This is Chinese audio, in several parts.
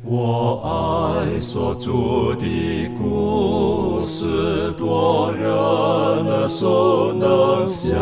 我爱所著的故事，多人耳熟能详，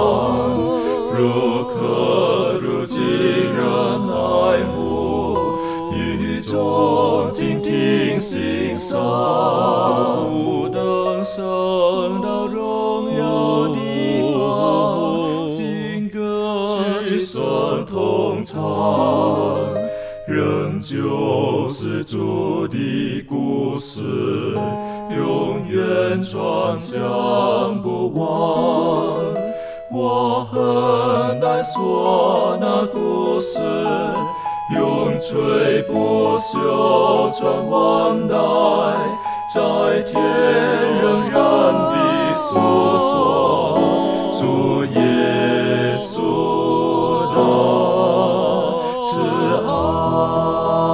如渴如饥人爱慕，语中静听欣赏，不等升到荣耀的方，新歌之声同唱。仍旧是主的故事，永远传讲不完。我很难说那故事，永垂不朽传万代，在天仍然必诉说主耶稣的慈爱。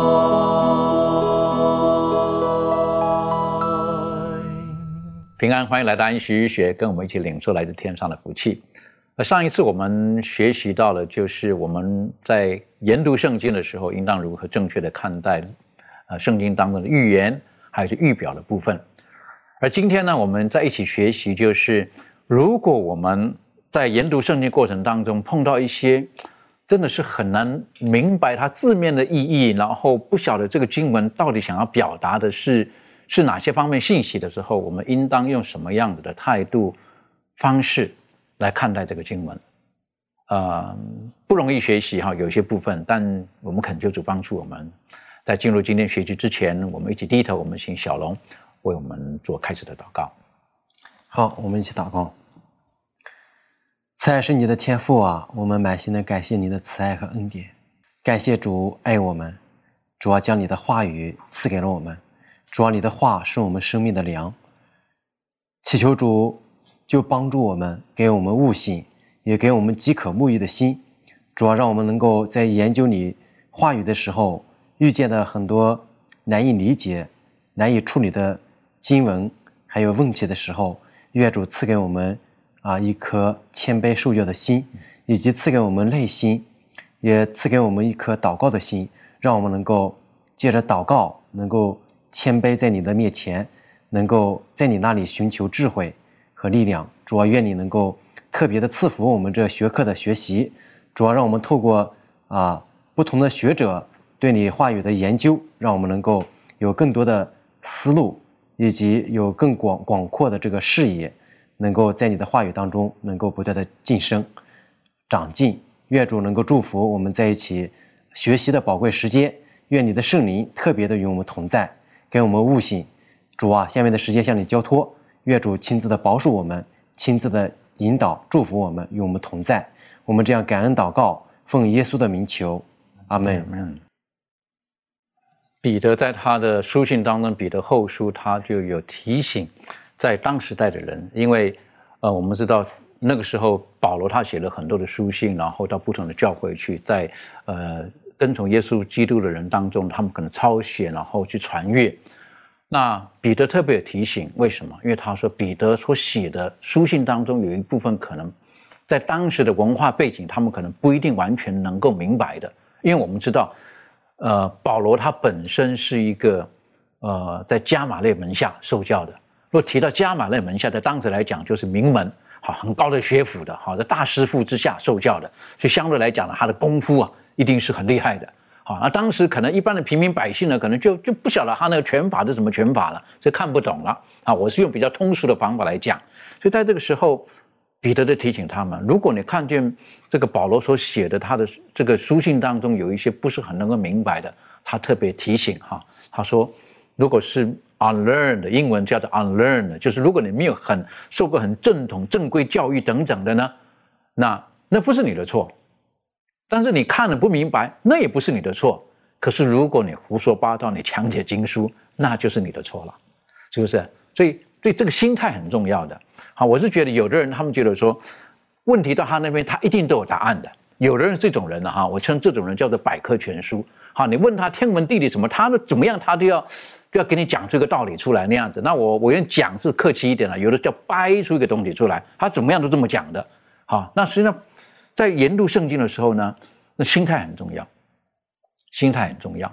平安，欢迎来到安息学，跟我们一起领受来自天上的福气。上一次我们学习到了，就是我们在研读圣经的时候，应当如何正确的看待圣经当中的预言还是预表的部分。而今天呢，我们在一起学习，就是如果我们在研读圣经过程当中碰到一些真的是很难明白它字面的意义，然后不晓得这个经文到底想要表达的是哪些方面信息的时候，我们应当用什么样子的态度方式来看待这个经文。不容易学习哈，有些部分，但我们恳求主帮助我们。在进入今天学习之前，我们一起低头，我们请小龙为我们做开始的祷告。 好，我们一起祷告。慈爱是你的天父啊，我们满心的感谢你的慈爱和恩典，感谢主爱我们，主啊，将你的话语赐给了我们，主啊，你的话是我们生命的粮，祈求主就帮助我们，给我们悟性，也给我们饥渴沐浴的心，主啊，让我们能够在研究你话语的时候，遇见的很多难以理解、难以处理的经文还有问题的时候，愿主赐给我们一颗谦卑受教的心，以及赐给我们内心，也赐给我们一颗祷告的心，让我们能够借着祷告能够谦卑在你的面前，能够在你那里寻求智慧和力量。主啊，愿你能够特别的赐福我们这学科的学习，主啊，让我们透过不同的学者对你话语的研究，让我们能够有更多的思路，以及有更广阔的这个视野，能够在你的话语当中能够不断的晋升长进。愿主能够祝福我们在一起学习的宝贵时间，愿你的圣灵特别的与我们同在，给我们悟性。主啊，下面的时间向你交托，愿主亲自的保守我们，亲自的引导祝福我们，与我们同在。我们这样感恩祷告，奉耶稣的名求，阿们。 彼得在他的书信当中，彼得后书他就有提醒在当时代的人，因为我们知道那个时候保罗他写了很多的书信，然后到不同的教会去，在跟从耶稣基督的人当中，他们可能抄写，然后去传阅。那彼得特别提醒，为什么？因为他说彼得所写的书信当中有一部分可能在当时的文化背景，他们可能不一定完全能够明白的，因为我们知道保罗他本身是一个在迦玛列门下受教的。如果提到迦玛列门下，在当时来讲就是名门，好，很高的学府的，好，在大师傅之下受教的，所以相对来讲呢，他的功夫一定是很厉害的。好，那当时可能一般的平民百姓呢，可能就不晓得他那个拳法是什么拳法了，所以看不懂了。我是用比较通俗的方法来讲。所以在这个时候，彼得就提醒他们，如果你看见这个保罗所写的他的这个书信当中有一些不是很能够明白的，他特别提醒他说，如果是 unlearned， 英文叫做 unlearned， 就是如果你没有受过很正统正规教育等等的呢，那不是你的错。但是你看了不明白，那也不是你的错。可是如果你胡说八道，你强解经书，那就是你的错了，是不是？所以这个心态很重要的。好，我是觉得有的人他们觉得说，问题到他那边，他一定都有答案的。有的人这种人我称这种人叫做百科全书。好，你问他天文地理什么，他怎么样，他都要给你讲出一个道理出来那样子。那我用讲是客气一点了，有的叫掰出一个东西出来，他怎么样都这么讲的。好，那实际上在研读圣经的时候呢，那心态很重要，心态很重要。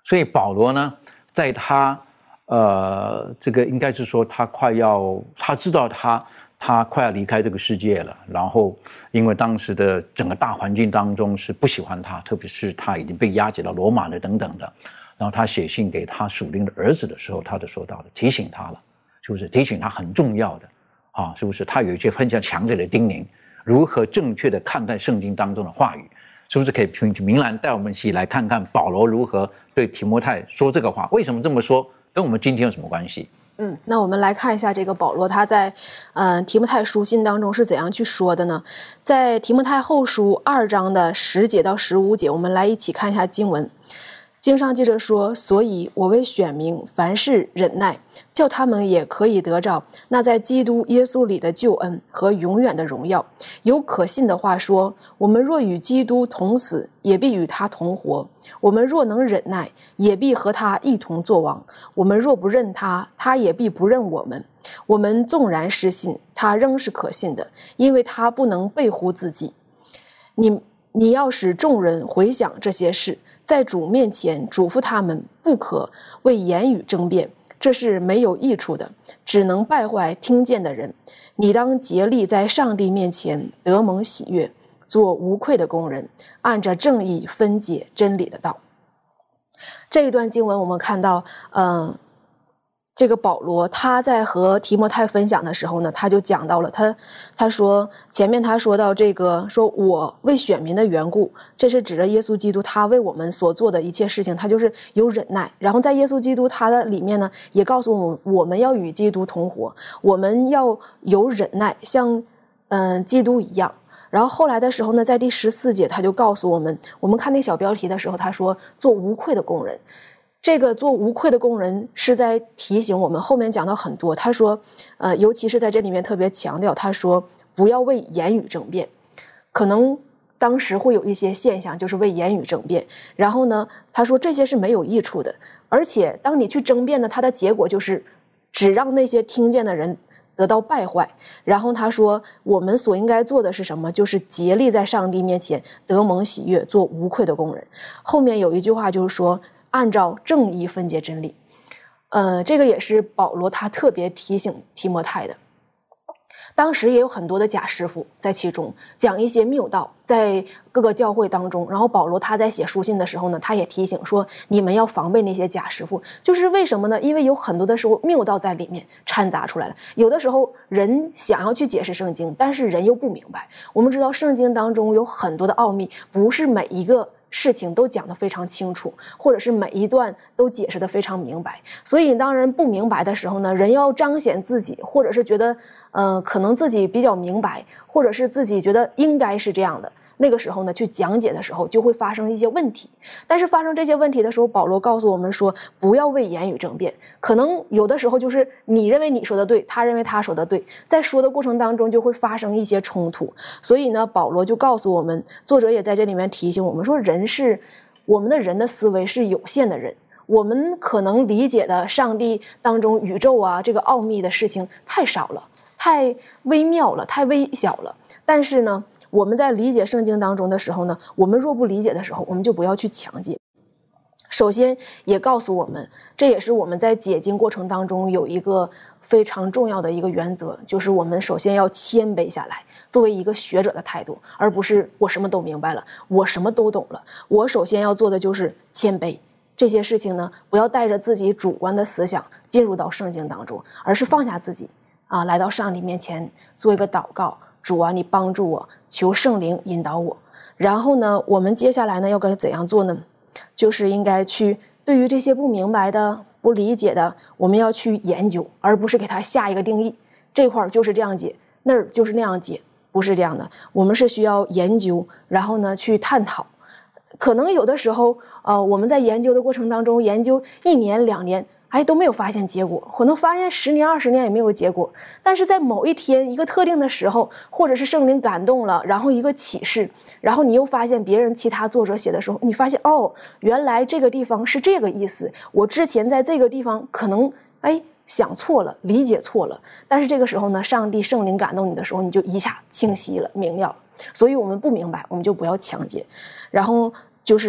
所以保罗呢，在他这个应该是说他知道他快要离开这个世界了，然后因为当时的整个大环境当中是不喜欢他，特别是他已经被押解到罗马了等等的，然后他写信给他属灵的儿子的时候，他就说到了，提醒他了，是不是？提醒他很重要的啊，是不是？他有一些非常强烈的叮咛，如何正确的看待圣经当中的话语，是不是？可以请明兰带我们一起来看看保罗如何对提摩太说这个话，为什么这么说，跟我们今天有什么关系？ 那我们来看一下这个保罗他在提摩太书信当中是怎样去说的呢？在提摩太后书2章的10节到15节，我们来一起看一下经文。经上记着说，所以我为选民凡事忍耐，叫他们也可以得着那在基督耶稣里的救恩和永远的荣耀。有可信的话说，我们若与基督同死，也必与他同活；我们若能忍耐，也必和他一同作王；我们若不认他，他也必不认我们。我们纵然失信，他仍是可信的，因为他不能背乎自己。你要使众人回想这些事，在主面前嘱咐他们，不可为言语争辩，这是没有益处的，只能败坏听见的人。你当竭力在上帝面前得蒙喜悦，做无愧的工人，按着正义分解真理的道。这一段经文我们看到这个保罗他在和提摩太分享的时候呢，他就讲到了他说前面他说到这个说我为选民的缘故，这是指着耶稣基督他为我们所做的一切事情，他就是有忍耐。然后在耶稣基督他的里面呢，也告诉我们要与基督同活，我们要有忍耐，像基督一样。然后后来的时候呢，在第14节他就告诉我们看那小标题的时候，他说做无愧的工人。这个做无愧的工人是在提醒我们，后面讲到很多，他说尤其是在这里面特别强调，他说不要为言语争辩。可能当时会有一些现象，就是为言语争辩，然后呢他说这些是没有益处的，而且当你去争辩呢，它的结果就是只让那些听见的人得到败坏。然后他说我们所应该做的是什么，就是竭力在上帝面前得蒙喜悦，做无愧的工人。后面有一句话就是说按照正义分解真理。这个也是保罗他特别提醒提摩太的。当时也有很多的假师傅在其中讲一些谬道，在各个教会当中。然后保罗他在写书信的时候呢，他也提醒说你们要防备那些假师傅。就是为什么呢？因为有很多的时候谬道在里面掺杂出来了。有的时候人想要去解释圣经，但是人又不明白。我们知道圣经当中有很多的奥秘，不是每一个事情都讲得非常清楚，或者是每一段都解释得非常明白。所以当人不明白的时候呢，人要彰显自己，或者是觉得可能自己比较明白，或者是自己觉得应该是这样的，那个时候呢去讲解的时候就会发生一些问题。但是发生这些问题的时候，保罗告诉我们说不要为言语争辩。可能有的时候就是你认为你说的对，他认为他说的对，在说的过程当中就会发生一些冲突。所以呢保罗就告诉我们，作者也在这里面提醒我们说，我们的人的思维是有限的人，我们可能理解的上帝当中宇宙啊这个奥秘的事情太少了，太微妙了，太微小了。但是呢我们在理解圣经当中的时候呢，我们若不理解的时候，我们就不要去强解。首先也告诉我们，这也是我们在解经过程当中有一个非常重要的一个原则，就是我们首先要谦卑下来，作为一个学者的态度，而不是我什么都明白了，我什么都懂了。我首先要做的就是谦卑。这些事情呢，不要带着自己主观的思想进入到圣经当中，而是放下自己来到上帝面前做一个祷告，主啊，你帮助我，求圣灵引导我。然后呢，我们接下来呢要该怎样做呢？就是应该去对于这些不明白的、不理解的，我们要去研究，而不是给它下一个定义。这块就是这样解，那儿就是那样解，不是这样的。我们是需要研究，然后呢去探讨。可能有的时候，我们在研究的过程当中，研究1年2年。都没有发现结果，可能发现10年20年也没有结果。但是在某一天一个特定的时候，或者是圣灵感动了，然后一个启示，然后你又发现别人其他作者写的时候，你发现原来这个地方是这个意思，我之前在这个地方可能想错了，理解错了。但是这个时候呢，上帝圣灵感动你的时候，你就一下清晰了，明了了。所以我们不明白，我们就不要强解。然后就是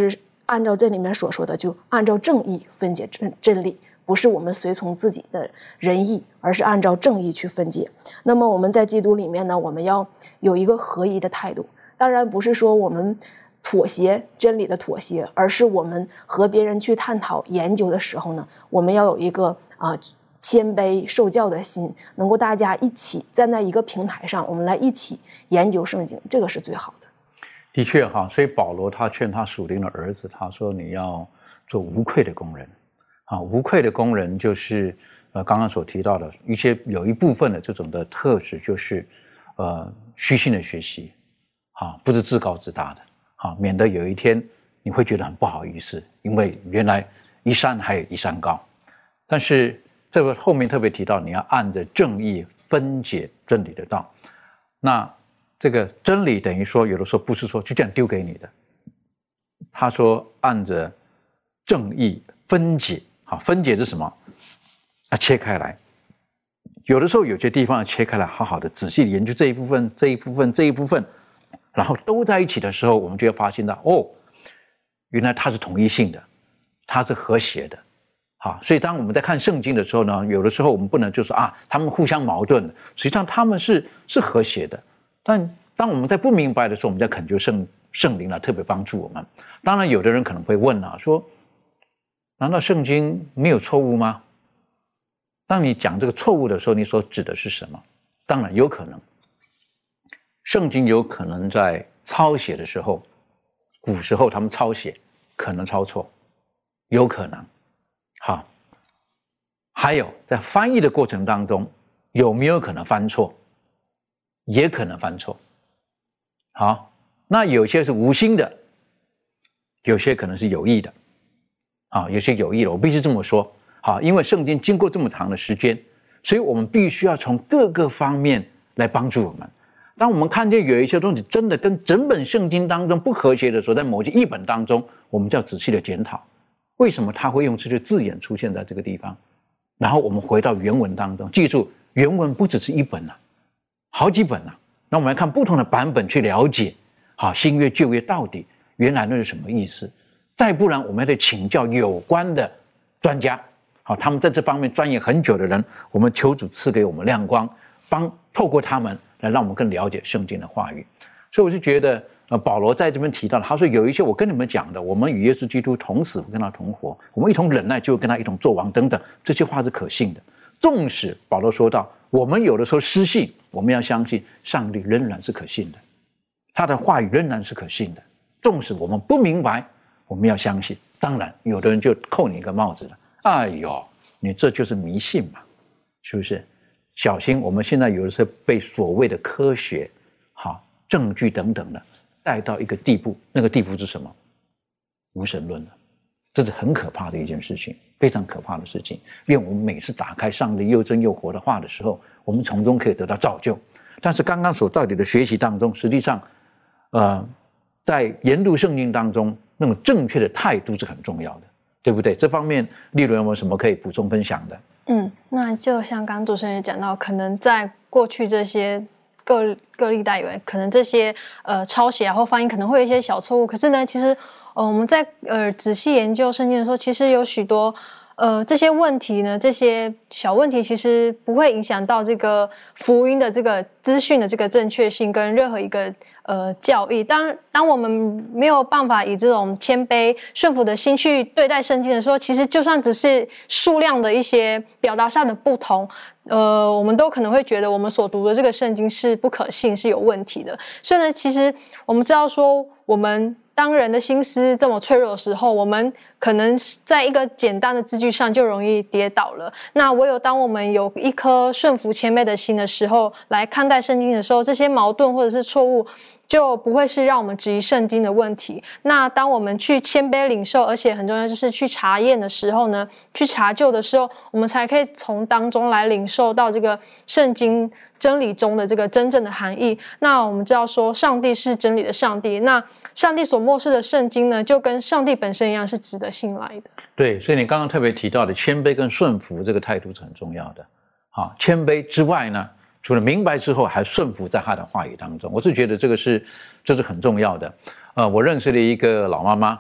按照这里面所说的，就按照正义分解真理，不是我们随从自己的仁义，而是按照正义去分解。那么我们在基督里面呢，我们要有一个合一的态度，当然不是说我们妥协真理的妥协，而是我们和别人去探讨研究的时候呢，我们要有一个谦卑受教的心，能够大家一起站在一个平台上，我们来一起研究圣经，这个是最好的。 的确哈，所以保罗他劝他属灵的儿子，他说你要做无愧的工人。无愧的工人就是刚刚所提到的有一部分的这种的特质，就是虚心的学习，不是自高自大的，免得有一天你会觉得很不好意思，因为原来一山还有一山高。但是这个后面特别提到，你要按着正义分解真理的道。那这个真理等于说，有的时候不是说就这样丢给你的，他说按着正义分解。分解是什么？切开来。有的时候有些地方要切开来，好好的仔细研究这一部分、这一部分、这一部分，然后都在一起的时候，我们就会发现到原来它是统一性的，它是和谐的。所以当我们在看圣经的时候呢，有的时候我们不能就说他们互相矛盾的，实际上他们是和谐的。但当我们在不明白的时候，我们在恳求圣灵来特别帮助我们。当然，有的人可能会问说，难道圣经没有错误吗？当你讲这个错误的时候，你所指的是什么？当然有可能，圣经有可能在抄写的时候，古时候他们抄写可能抄错，有可能。还有在翻译的过程当中，有没有可能翻错？也可能翻错。那有些是无心的，有些可能是有意的。有些有意的，我必须这么说。因为圣经经过这么长的时间，所以我们必须要从各个方面来帮助我们。当我们看见有一些东西真的跟整本圣经当中不和谐的时候，在某些译本当中，我们就要仔细的检讨，为什么他会用这些字眼出现在这个地方。然后我们回到原文当中，记住原文不只是一本好几本那我们来看不同的版本去了解新约旧约到底原来那是什么意思。再不然我们还得请教有关的专家，他们在这方面钻研很久的人，我们求主赐给我们亮光，透过他们来让我们更了解圣经的话语。所以我就觉得保罗在这边提到他说有一些我跟你们讲的，我们与耶稣基督同死跟他同活，我们一同忍耐就跟他一同作王等等，这些话是可信的。纵使保罗说到我们有的时候失信，我们要相信上帝仍然是可信的，他的话语仍然是可信的。纵使我们不明白，我们要相信。当然有的人就扣你一个帽子了，哎呦，你这就是迷信嘛，是不是？小心我们现在有的时候被所谓的科学证据等等的带到一个地步，那个地步是什么？无神论了。这是很可怕的一件事情，非常可怕的事情。愿我们每次打开上帝又真又活的话的时候，我们从中可以得到造就。但是刚刚所到底的学习当中，实际上在研读圣经当中，那种正确的态度是很重要的，对不对？这方面立伦有没有什么可以补充分享的？ 那就像刚刚主持人也讲到，可能在过去这些各历代以来，可能这些抄写或翻译可能会有一些小错误，可是呢，其实我们在仔细研究圣经的时候，其实有许多这些问题呢，这些小问题其实不会影响到这个福音的这个资讯的这个正确性跟任何一个教义。当我们没有办法以这种谦卑顺服的心去对待圣经的时候，其实就算只是数量的一些表达上的不同，我们都可能会觉得我们所读的这个圣经是不可信，是有问题的。所以呢，其实我们知道说，我们当人的心思这么脆弱的时候，我们可能在一个简单的字句上就容易跌倒了。那唯有当我们有一颗顺服谦卑的心的时候，来看待圣经的时候，这些矛盾或者是错误就不会是让我们质疑圣经的问题。那当我们去谦卑领受，而且很重要就是去查验的时候呢，去查究的时候，我们才可以从当中来领受到这个圣经真理中的这个真正的含义。那我们知道说，上帝是真理的上帝，那上帝所默示的圣经呢，就跟上帝本身一样是值得信赖的。对，所以你刚刚特别提到的谦卑跟顺服这个态度是很重要的。谦卑之外呢，除了明白之后，还顺服在他的话语当中。我是觉得这是很重要的。我认识了一个老妈妈，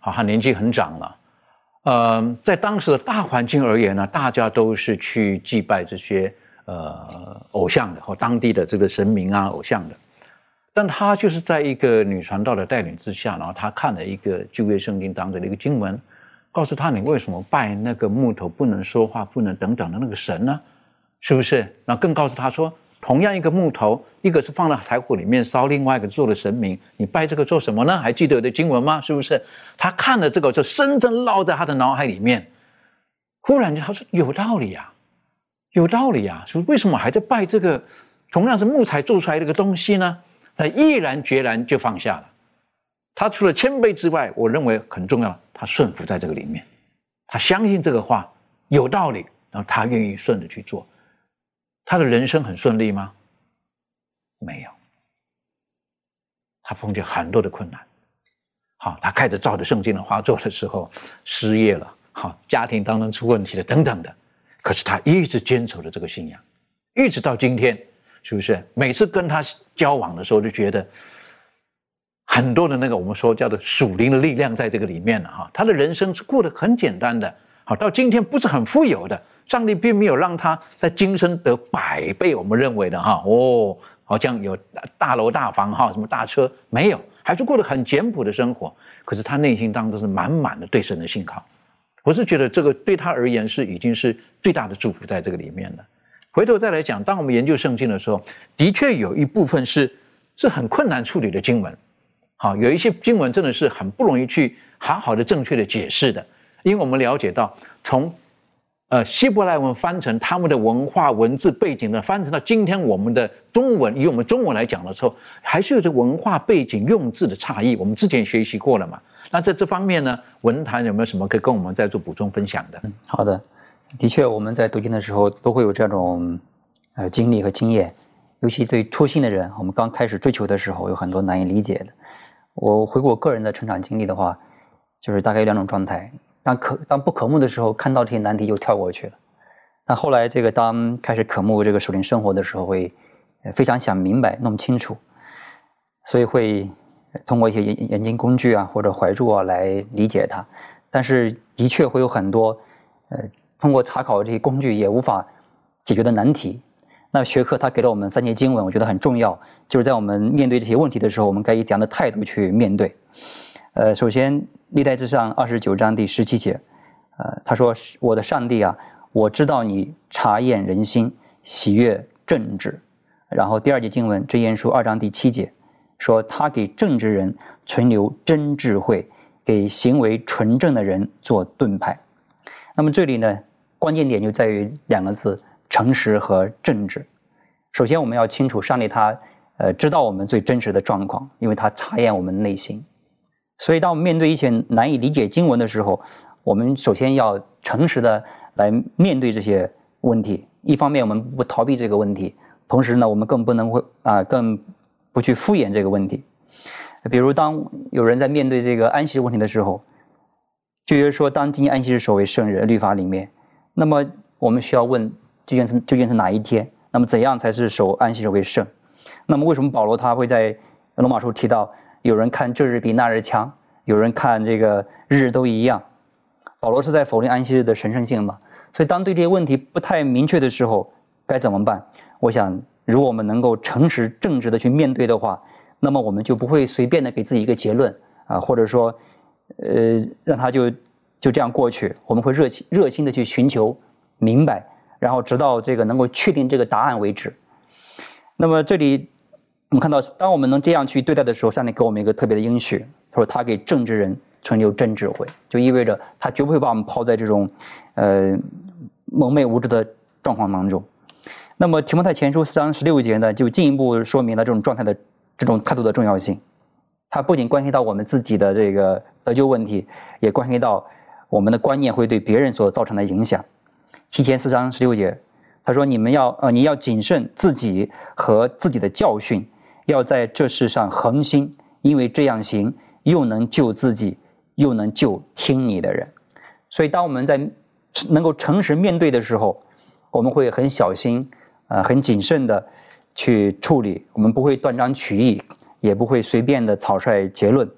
好，他年纪很长了，在当时的大环境而言呢，大家都是去祭拜这些偶像的，或当地的这个神明啊、偶像的。但他就是在一个女传道的带领之下，然后他看了一个旧约圣经当中的一个经文，告诉他你为什么拜那个木头不能说话、不能等等的那个神呢？是不是？然后更告诉他说，同样一个木头，一个是放在柴火里面烧，另外一个做了神明，你拜这个做什么呢？还记得我的经文吗？是不是？他看了这个就深深烙在他的脑海里面。忽然间他说有道理啊，有道理啊，说为什么还在拜这个同样是木材做出来的一个东西呢？他毅然决然就放下了。他除了谦卑之外，我认为很重要，他顺服在这个里面，他相信这个话有道理，然后他愿意顺着去做。他的人生很顺利吗？没有，他碰见很多的困难。好，他开始照着圣经的话做的时候，失业了，好，家庭当中出问题了，等等的。可是他一直坚守着这个信仰，一直到今天。是不是每次跟他交往的时候，就觉得很多的那个我们说叫做属灵的力量在这个里面了哈？他的人生是过得很简单的，好，到今天不是很富有的，上帝并没有让他在今生得100倍，我们认为的哈，好像有大楼大房哈，什么大车没有，还是过得很简朴的生活。可是他内心当中是满满的对神的信靠，我是觉得这个对他而言是已经是最大的祝福在这个里面了。回头再来讲，当我们研究圣经的时候，的确有一部分是很困难处理的经文，好，有一些经文真的是很不容易去好好的正确的解释的，因为我们了解到从希伯来文翻成他们的文化文字背景呢，翻成到今天我们的中文，以我们中文来讲的时候，还是有着文化背景用字的差异，我们之前学习过了嘛。那在这方面呢，文坛有没有什么可以跟我们再做补充分享的？ 好的。的确，我们在读经的时候都会有这种经历和经验，尤其对初心的人，我们刚开始追求的时候有很多难以理解的。我回顾我个人的成长经历的话，就是大概有2种状态：当不渴慕的时候，看到这些难题就跳过去了；那后来这个当开始渴慕这个属灵生活的时候，会非常想明白、弄清楚，所以会通过一些研经工具啊或者怀注啊来理解它。但是的确会有很多通过查考这些工具也无法解决的难题。那学科它给了我们3节经文，我觉得很重要，就是在我们面对这些问题的时候，我们该以怎样的态度去面对。首先历代志上29章第17节，他说：“我的上帝啊，我知道你察验人心，喜悦正直。”然后第2节经文箴言书2章第7节说：“他给正直人存留真智慧，给行为纯正的人做盾牌。”那么这里呢，关键点就在于2个字：诚实和正直。首先我们要清楚，上帝他知道我们最真实的状况，因为他察验我们内心。所以当我们面对一些难以理解经文的时候，我们首先要诚实的来面对这些问题。一方面我们不逃避这个问题，同时呢我们更不去敷衍这个问题。比如当有人在面对这个安息问题的时候，旧约说当今安息日守为圣日，律法里面，那么我们需要问究竟是哪一天？那么怎样才是守安息日为圣？那么为什么保罗他会在罗马书提到有人看这日比那日强，有人看这个日都一样？保罗是在否定安息日的神圣性嘛？所以当对这些问题不太明确的时候，该怎么办？我想如果我们能够诚实正直的去面对的话，那么我们就不会随便的给自己一个结论啊，或者说让它就这样过去。我们会热心的去寻求明白，然后直到这个能够确定这个答案为止。那么这里我们看到，当我们能这样去对待的时候，上帝给我们一个特别的应许，他说他给正直人存留真智慧，就意味着他绝不会把我们抛在这种蒙昧无知的状况当中。那么提摩太前书4章16节呢，就进一步说明了这种状态的这种态度的重要性。它不仅关系到我们自己的这个得救问题，也关系到我们的观念会对别人所造成的影响。提前4章16节，他说你要谨慎自己和自己的教训，要在这世上恒心，因为这样行又能救自己，又能救听你的人。所以当我们在能够诚实面对的时候，我们会很小心很谨慎的去处理，我们不会断章取义，也不会随便的草率结论，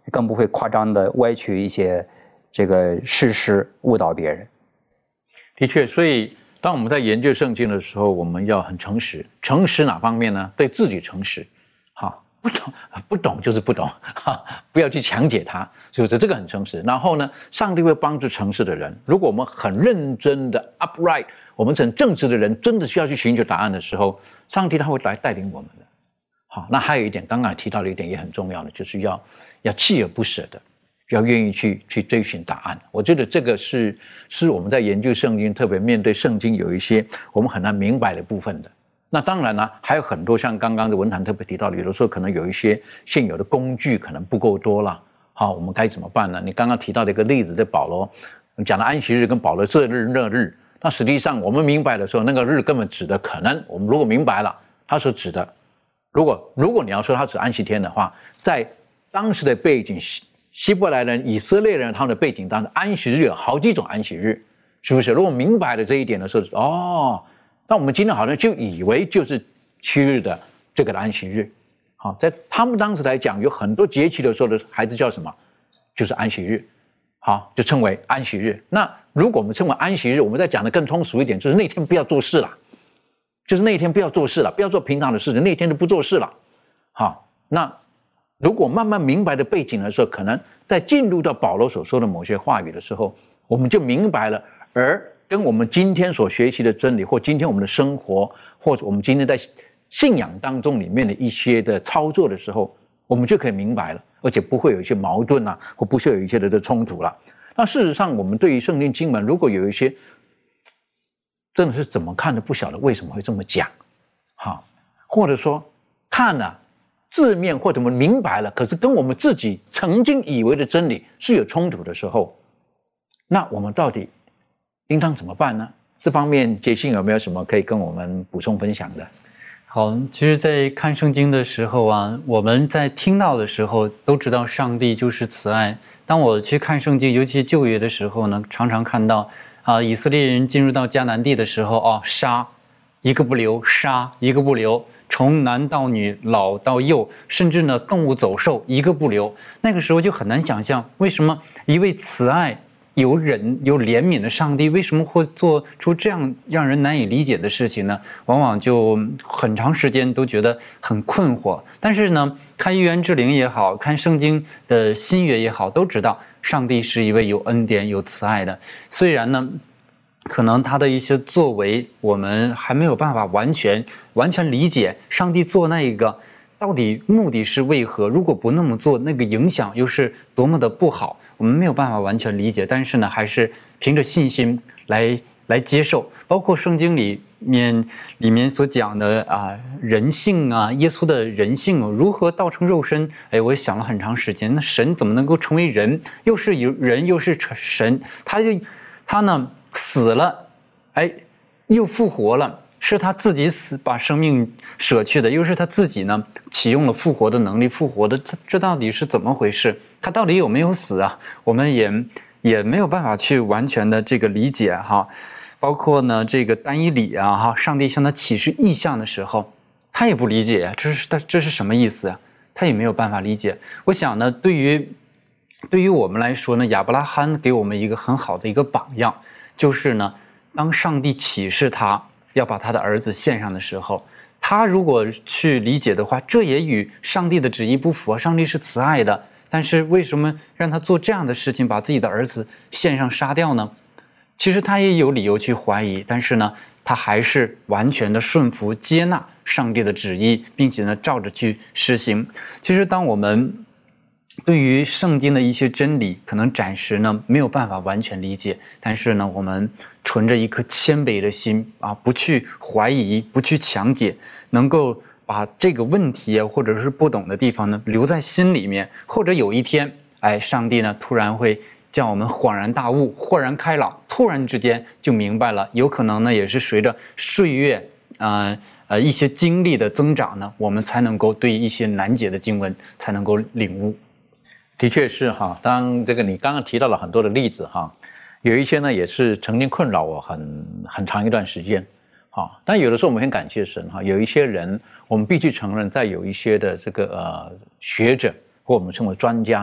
更不会夸张的歪曲一些这个事实，误导别人。 的确，所以当我们在研究圣经的时候，我们要很诚实。诚实哪方面呢？对自己诚实，不懂就是不懂，不要去强解它，是不是？这个很诚实。然后呢，上帝会帮助诚实的人。如果我们很认真的 upright， 我们很正直的人，真的需要去寻求答案的时候，上帝他会来带领我们的。好，那还有一点，刚刚提到的一点也很重要的，就是要锲而不舍的，要愿意去追寻答案。我觉得这个是我们在研究圣经，特别面对圣经有一些我们很难明白的部分的。那当然呢，还有很多像刚刚的文坛特别提到的，有的时候可能有一些现有的工具可能不够多了。好，我们该怎么办呢？你刚刚提到的一个例子，在保罗讲的安息日跟保罗这日那日，那实际上我们明白的时候，那个日根本指的可能我们如果明白了，他所指的，如果你要说他指安息天的话，在当时的背景，希伯来人、以色列人他们的背景当中，安息日有好几种安息日，是不是？如果明白了这一点的时候，那我们今天好像就以为就是7日的这个的安息日。好，在他们当时来讲，有很多节气的时候的孩子叫什么？就是安息日。好，就称为安息日。那如果我们称为安息日，我们再讲的更通俗一点，就是那天不要做事了，就是那天不要做事了，不要做平常的事情，那天就不做事了。好，那如果慢慢明白的背景的时候，可能在进入到保罗所说的某些话语的时候，我们就明白了，而跟我们今天所学习的真理，或今天我们的生活，或者我们今天在信仰当中里面的一些的操作的时候，我们就可以明白了，而且不会有一些矛盾啊，或不会有一些的冲突了。那事实上，我们对于圣经经文，如果有一些真的是怎么看都不晓得为什么会这么讲，或者说看了字面或者我们明白了，可是跟我们自己曾经以为的真理是有冲突的时候，那我们到底应当怎么办呢？这方面杰信有没有什么可以跟我们补充分享的？ 好，其实在看圣经的时候啊，我们在听到的时候都知道上帝就是慈爱。当我去看圣经，尤其旧约的时候呢，常常看到以色列人进入到迦南地的时候，杀一个不留，杀一个不留，从男到女，老到幼，甚至呢动物走兽一个不留。那个时候就很难想象，为什么一位慈爱有忍有怜悯的上帝为什么会做出这样让人难以理解的事情呢？往往就很长时间都觉得很困惑。但是呢，看一元之灵也好，看圣经的新约也好，都知道上帝是一位有恩典有慈爱的。虽然呢可能他的一些作为我们还没有办法完全理解，上帝做那一个到底目的是为何，如果不那么做，那个影响又是多么的不好，我们没有办法完全理解。但是呢，还是凭着信心来接受。包括圣经里面所讲的人性啊，耶稣的人性如何道成肉身，我想了很长时间，那神怎么能够成为人，又是人又是神，他呢死了，又复活了，是他自己把生命舍去的，又是他自己呢启用了复活的能力，复活的，这到底是怎么回事？他到底有没有死啊？我们也没有办法去完全的这个理解哈。包括呢这个但以理啊，上帝向他启示异象的时候，他也不理解这是什么意思啊？他也没有办法理解。我想呢，对于我们来说呢，亚伯拉罕给我们一个很好的一个榜样，就是呢，当上帝启示他要把他的儿子献上的时候，他如果去理解的话，这也与上帝的旨意不符啊。上帝是慈爱的，但是为什么让他做这样的事情，把自己的儿子献上杀掉呢？其实他也有理由去怀疑，但是呢，他还是完全的顺服接纳上帝的旨意，并且呢照着去实行。其实当我们对于圣经的一些真理可能暂时呢没有办法完全理解，但是呢我们存着一颗谦卑的心不去怀疑，不去强解，能够把这个问题或者是不懂的地方呢留在心里面，或者有一天上帝呢突然会叫我们恍然大悟，豁然开朗，突然之间就明白了。有可能呢也是随着岁月一些经历的增长呢，我们才能够对一些难解的经文才能够领悟。 的确是哈，当这个你刚刚提到了很多的例子哈，有一些呢也是曾经困扰我很长一段时间。好，但有的时候我们很感谢神哈，有一些人我们必须承认，在有一些的这个学者或我们称为专家，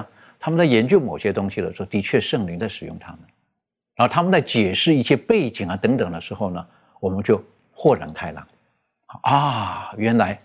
他们在研究某些东西的时候，的确圣灵在使用他们。然后他们在解释一些背景啊等等的时候呢，我们就豁然开朗。啊，原来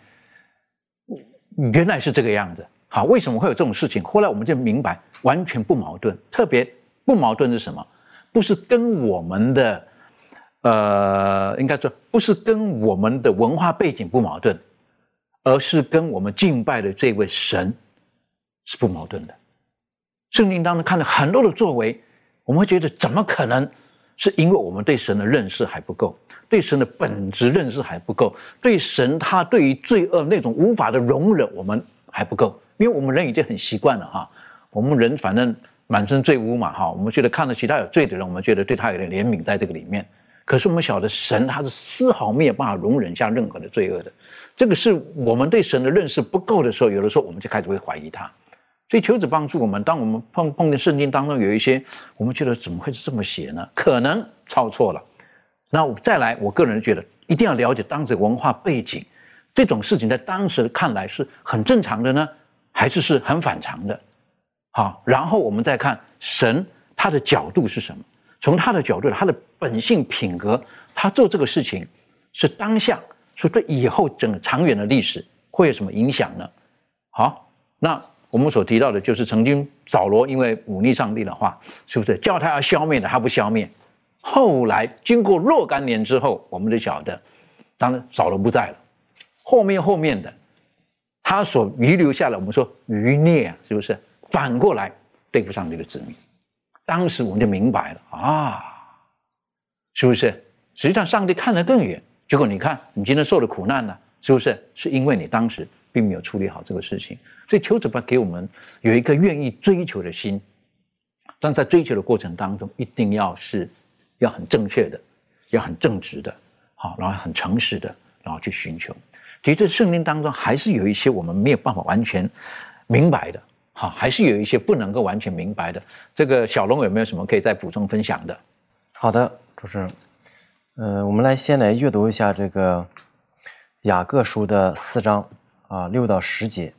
是这个样子。好，为什么会有这种事情？后来我们就明白，完全不矛盾。特别不矛盾是什么？不是跟我们的应该说不是跟我们的文化背景不矛盾，而是跟我们敬拜的这位神是不矛盾的。圣经当中看了很多的作为，我们会觉得怎么可能？是因为我们对神的认识还不够，对神的本质认识还不够，对神他对于罪恶那种无法的容忍我们还不够。因为我们人已经很习惯了哈，我们人反正满身罪污嘛哈，我们觉得看到其他有罪的人，我们觉得对他有点怜悯在这个里面。可是我们晓得神他是丝毫没有办法容忍下任何的罪恶的，这个是我们对神的认识不够的时候，有的时候我们就开始会怀疑他。所以求主帮助我们，当我们碰见圣经当中有一些我们觉得怎么会是这么写呢？可能抄错了。那再来，我个人觉得一定要了解当时文化背景，这种事情在当时看来是很正常的呢，还是很反常的？好，然后我们再看神他的角度是什么？从他的角度，他的本性品格，他做这个事情是当下，说对以后整个长远的历史会有什么影响呢？好，那我们所提到的就是曾经扫罗因为忤逆上帝的话，是不是叫他要消灭的，他不消灭。后来经过若干年之后，我们就晓得，当然扫罗不在了，后面的他所遗留下来，我们说余孽啊，是不是反过来对付上帝的子民？当时我们就明白了啊，是不是？实际上上帝看得更远，结果你看你今天受的苦难呢，是不是？是因为你当时并没有处理好这个事情。所以求主给我们有一个愿意追求的心，但在追求的过程当中，一定要很正确的，要很正直的，好，然后很诚实的，然后去寻求。其实圣经当中还是有一些我们没有办法完全明白的，好，还是有一些不能够完全明白的。这个小龙有没有什么可以再补充分享的？ 好的，主持人，我们先来阅读一下这个雅各书的4章6到10节。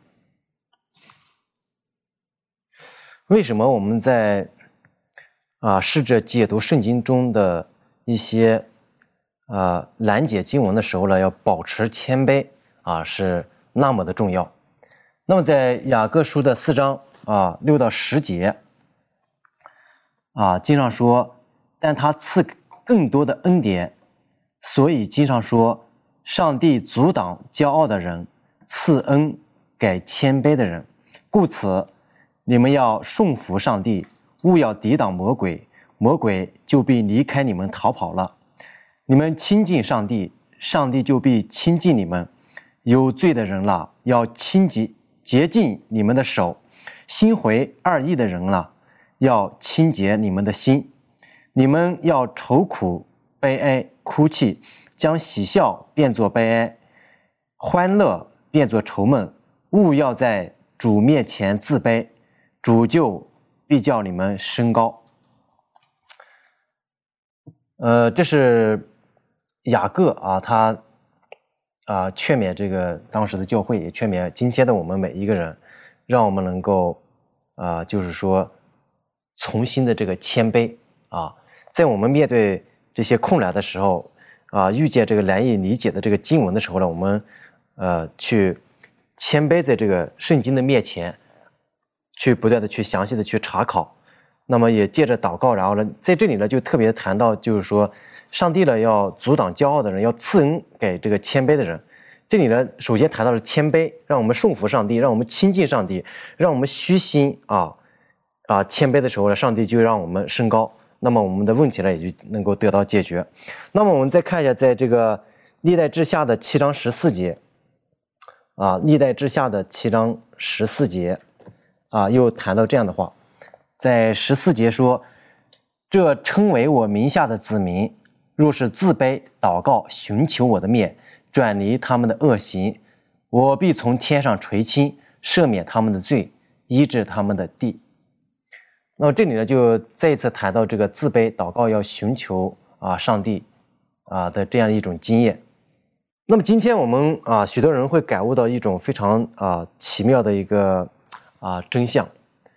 为什么我们在试着解读圣经中的一些难解经文的时候呢，要保持谦卑是那么的重要？那么在雅各书的4章6到10节经上说，但他赐更多的恩典，所以经上说，上帝阻挡骄傲的人，赐恩给谦卑的人。故此你们要顺服上帝，勿要抵挡魔鬼，魔鬼就必离开你们逃跑了。你们亲近上帝，上帝就必亲近你们。有罪的人了，要洁净你们的手；心怀二意的人了，要清洁你们的心。你们要愁苦、悲哀、哭泣，将喜笑变作悲哀，欢乐变作愁闷。勿要在主面前自卑，主就必叫你们升高。这是雅各他劝勉这个当时的教会，也劝勉今天的我们每一个人，让我们能够就是说重新的这个谦卑在我们面对这些困难的时候遇见这个难以理解的这个经文的时候呢，我们去谦卑在这个圣经的面前，去不断的去详细的去查考。那么也借着祷告，然后呢，在这里呢就特别谈到，就是说上帝呢要阻挡骄傲的人，要赐恩给这个谦卑的人。这里呢首先谈到了谦卑，让我们顺服上帝，让我们亲近上帝，让我们虚心谦卑的时候呢，上帝就让我们升高，那么我们的问题呢也就能够得到解决。那么我们再看一下，在这个历代志下的7章14节历代志下的7章14节又谈到这样的话，在14节说，这称为我名下的子民，若是自卑祷告，寻求我的面，转离他们的恶行，我必从天上垂青，赦免他们的罪，医治他们的地。那么这里呢就再一次谈到这个自卑祷告要寻求上帝的这样一种经验。那么今天我们许多人会感悟到一种非常奇妙的一个真相。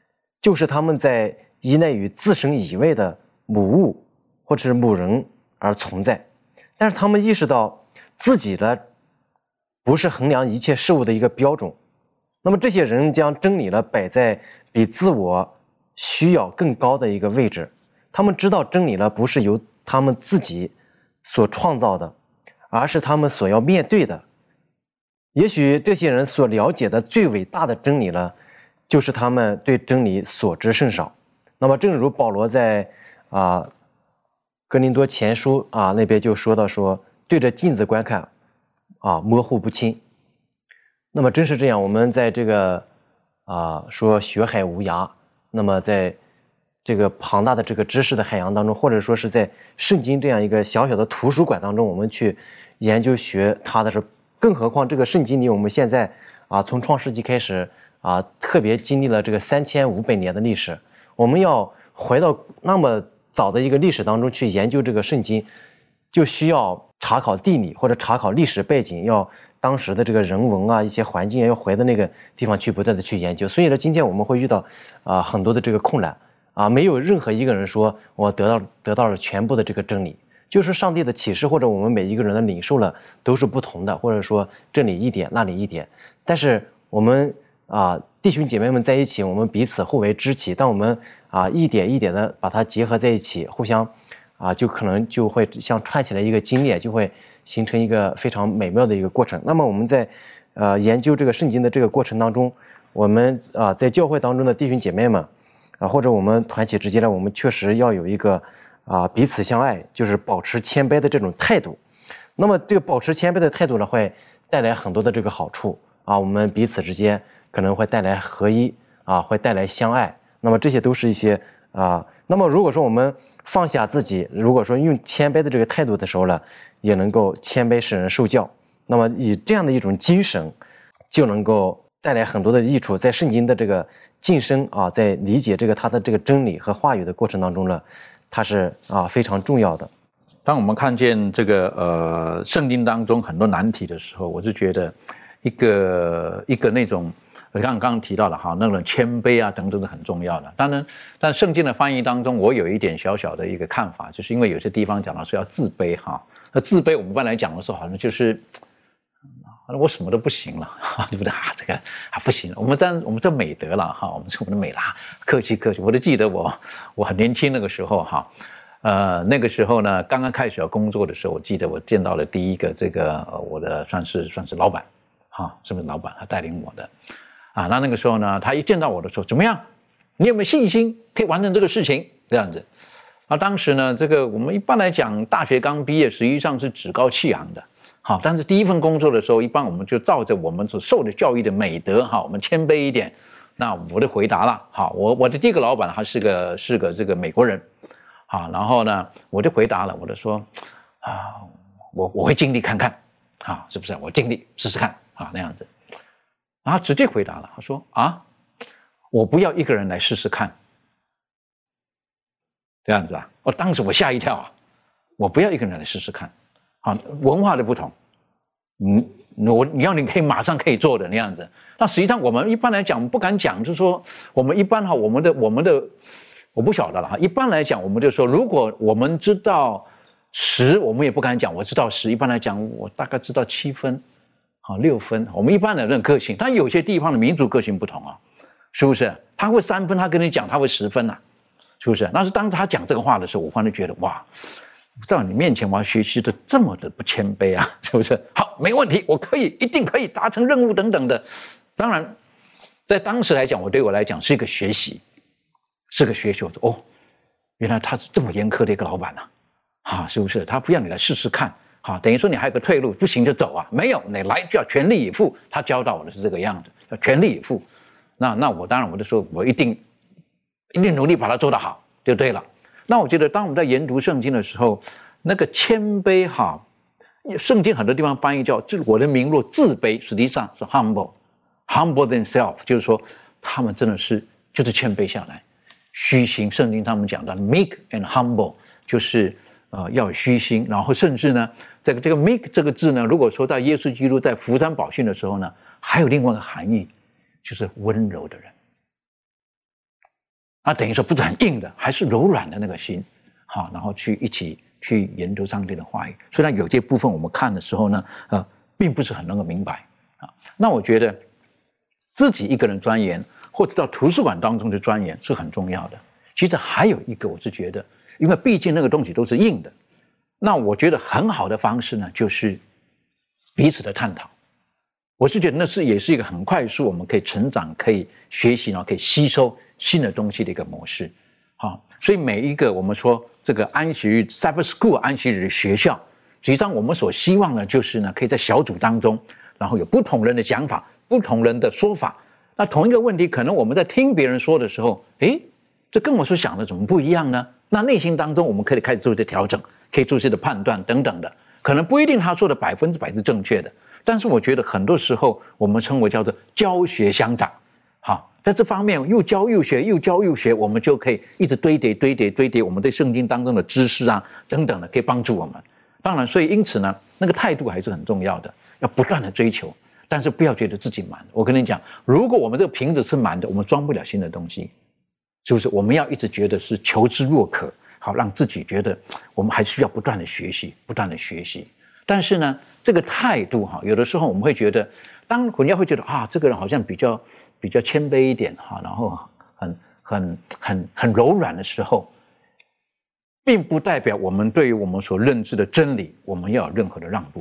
就是他们在依赖于自身以外的母物或者是母人而存在，但是他们意识到自己的不是衡量一切事物的一个标准。那么这些人将真理呢摆在比自我需要更高的一个位置，他们知道真理呢不是由他们自己所创造的，而是他们所要面对的。也许这些人所了解的最伟大的真理呢，就是他们对真理所知甚少。那么正如保罗在哥林多前书那边就说到说，对着镜子观看模糊不清。那么真是这样，我们在这个说学海无涯，那么在这个庞大的这个知识的海洋当中，或者说是在圣经这样一个小小的图书馆当中，我们去研究学它的时候，更何况这个圣经里，我们现在从创世纪开始特别经历了这个3500年的历史，我们要回到那么早的一个历史当中去研究这个圣经，就需要查考地理或者查考历史背景，要当时的这个人文一些环境要回到那个地方去不断的去研究。所以呢，今天我们会遇到很多的这个困难没有任何一个人说我得到了全部的这个真理，就是上帝的启示或者我们每一个人的领受了都是不同的，或者说这里一点那里一点。但是我们弟兄姐妹们在一起，我们彼此互为知己，当我们一点一点的把它结合在一起，互相就可能就会像串起来一个金链，就会形成一个非常美妙的一个过程。那么我们在研究这个圣经的这个过程当中，我们在教会当中的弟兄姐妹们或者我们团体之间呢，我们确实要有一个彼此相爱，就是保持谦卑的这种态度。那么这个保持谦卑的态度呢，会带来很多的这个好处我们彼此之间可能会带来合一会带来相爱。那么这些都是一些那么如果说我们放下自己，如果说用谦卑的这个态度的时候呢，也能够谦卑使人受教。那么以这样的一种精神，就能够带来很多的益处。在圣经的这个晋升在理解这个它的这个真理和话语的过程当中呢，它是非常重要的。 当我们看见这个圣经当中很多难题的时候，我是觉得一个那种刚刚提到的那种谦卑等等是很重要的。当然，但圣经的翻译当中，我有一点小小的一个看法，就是因为有些地方讲到是要自卑那自卑我们一般来讲的时候，好像就是我什么都不行了对不对这个不行了。我们这美德了我们是我们的美啦，客气。我都记得我很年轻那个时候那个时候呢，刚刚开始要工作的时候，我记得我见到了第一个这个我的算是老板是不是老板？他带领我的那个时候呢，他一见到我的时候，怎么样？你有没有信心可以完成这个事情？这样子当时呢，这个我们一般来讲，大学刚毕业，实际上是趾高气扬的但是第一份工作的时候，一般我们就照着我们所受的教育的美德我们谦卑一点。那我就回答了我的第一个老板他是个这个美国人然后呢，我就回答了，我就说我会尽力看看是不是？我尽力试试看那样子。然后直接回答了，他说我不要一个人来试试看，这样子当时我吓一跳我不要一个人来试试看文化的不同，你要你可以马上可以做的那样子。那实际上我们一般来讲不敢讲，就是说我们一般我们的我不晓得了一般来讲我们就说，如果我们知道10，我们也不敢讲我知道10，一般来讲我大概知道7分6分。我们一般的那种个性，但有些地方的民族个性不同是不是？他会3分，他跟你讲他会10分是不是？那是当他讲这个话的时候，我忽然觉得哇，在你面前我要学习的这么的不谦卑是不是？好，没问题，我可以，一定可以达成任务等等的。当然，在当时来讲，对我来讲是一个学习，我说原来他是这么严苛的一个老板是不是？他不要你来试试看等于说你还有个退路，不行就走没有，你来就要全力以赴。他教导我的是这个样子，要全力以赴。那我当然我就说我一定努力把它做得好就对了。那我觉得当我们在研读圣经的时候，那个谦卑圣经很多地方翻译叫我的名落自卑，实际上是 humble themselves， 就是说他们真的就是谦卑下来，虚心。圣经他们讲的 meek and humble 就是要有虚心，然后甚至呢，这个 meek 这个字呢，如果说在耶稣基督在福山宝训的时候呢，还有另外一个含义，就是温柔的人。 等于说不是很硬的，还是柔软的那个心，好，然后一起去研究上帝的话语。虽然有些部分我们看的时候呢，并不是很能够明白啊。那我觉得自己一个人钻研，或者到图书馆当中去钻研是很重要的。其实还有一个，我是觉得，因为毕竟那个东西都是硬的，那我觉得很好的方式呢，就是彼此的探讨。我是觉得那也是一个很快速，我们可以成长、可以学习，然后可以吸收新的东西的一个模式。好，所以每一个我们说这个安息日 Sabbath School 安息日的学校，实际上我们所希望呢，就是呢，可以在小组当中，然后有不同人的讲法、不同人的说法。那同一个问题，可能我们在听别人说的时候，这跟我所想的怎么不一样呢？那内心当中我们可以开始做一些调整，可以做一些的判断等等的，可能不一定他说的100%是正确的。但是我觉得很多时候我们称为叫做教学相长，好，在这方面又教又学，又教又学，我们就可以一直堆叠我们对圣经当中的知识啊等等的，可以帮助我们。当然，所以因此呢，那个态度还是很重要的，要不断的追求，但是不要觉得自己满。我跟你讲，如果我们这个瓶子是满的，我们装不了新的东西，是不是？我们要一直觉得是求知若渴，好，让自己觉得我们还需要不断的学习，不断的学习。但是呢，这个态度哈，有的时候我们会觉得，当人家会觉得这个人好像比较谦卑一点哈，然后很柔软的时候，并不代表我们对于我们所认知的真理，我们要有任何的让步。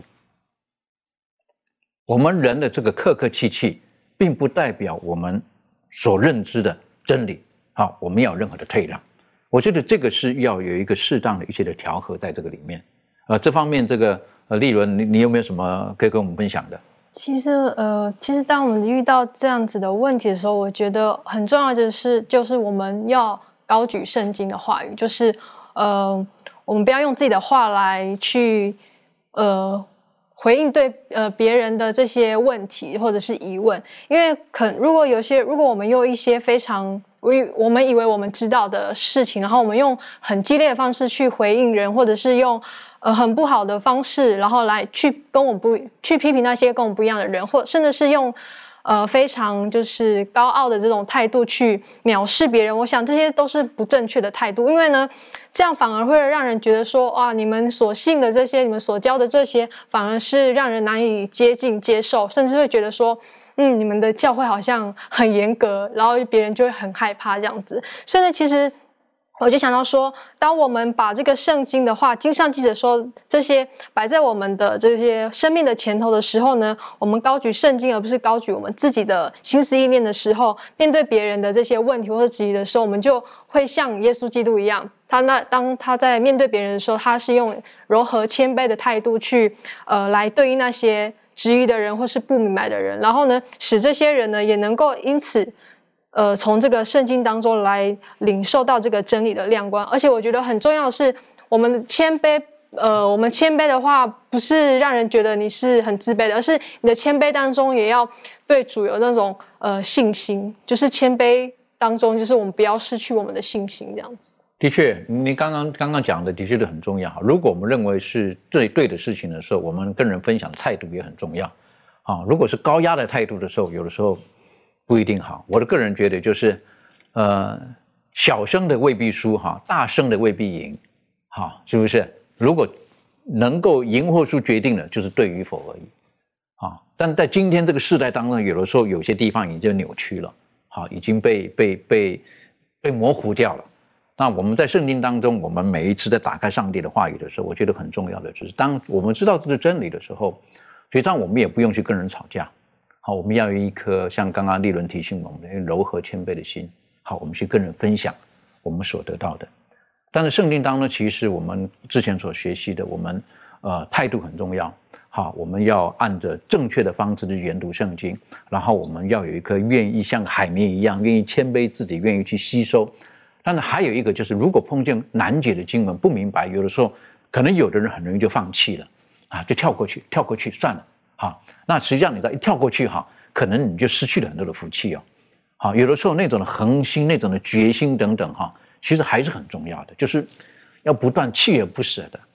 我们人的这个客客气气，并不代表我们所认知的真理，好，我们要有任何的退让。我觉得这个是要有一个适当的一些的调和在这个里面。这方面这个立伦，你有没有什么可以跟我们分享的？ 其实当我们遇到这样子的问题的时候，我觉得很重要的就是我们要高举圣经的话语，就是我们不要用自己的话来去回应对别人的这些问题或者是疑问，因为如果我们用一些非常我们以为我们知道的事情，然后我们用很激烈的方式去回应人，或者是用很不好的方式，然后来去批评那些跟我们不一样的人，或甚至是用非常就是高傲的这种态度去藐视别人，我想这些都是不正确的态度，因为呢，这样反而会让人觉得说，哇，你们所信的这些，你们所教的这些，反而是让人难以接近接受，甚至会觉得说，你们的教会好像很严格，然后别人就会很害怕这样子。所以呢，其实我就想到说，当我们把这个圣经的话，经上记着说这些摆在我们的这些生命的前头的时候呢，我们高举圣经，而不是高举我们自己的心思意念的时候，面对别人的这些问题或者质疑的时候，我们就会像耶稣基督一样，当他在面对别人的时候，他是用柔和谦卑的态度去来对应那些质疑的人或是不明白的人，然后呢，使这些人呢也能够因此从这个圣经当中来领受到这个真理的亮光。而且我觉得很重要的是，我们谦卑的话，不是让人觉得你是很自卑的，而是你的谦卑当中也要对主有那种信心，就是谦卑当中，就是我们不要失去我们的信心，这样子。 的确，你刚刚讲的的确是很重要。如果我们认为是对的事情的时候，我们跟人分享的态度也很重要。如果是高压的态度的时候，有的时候不一定好。我的个人觉得就是，小声的未必输大声的未必赢，是不是？如果能够赢或输决定的就是对与否而已，但在今天这个世代当中，有的时候有些地方已经扭曲了，已经被模糊掉了。那我们在圣经当中，我们每一次在打开上帝的话语的时候，我觉得很重要的就是，当我们知道这个真理的时候，实际上我们也不用去跟人吵架。我们要有一颗像刚刚立伦提醒我们的柔和谦卑的心。我们去跟人分享我们所得到的。但是圣经当中，其实我们之前所学习的，我们态度很重要。我们要按着正确的方式去研读圣经，然后我们要有一颗愿意像海绵一样，愿意谦卑自己，愿意去吸收。但是还有一个就是，如果碰见难解的经文不明白，有的时候可能有的人很容易就放弃了就跳过去算了。那实际上你知道一跳过去可能你就失去了很多的福气有的时候那种的恒心、那种的决心等等其实还是很重要的，就是要不断锲而不舍的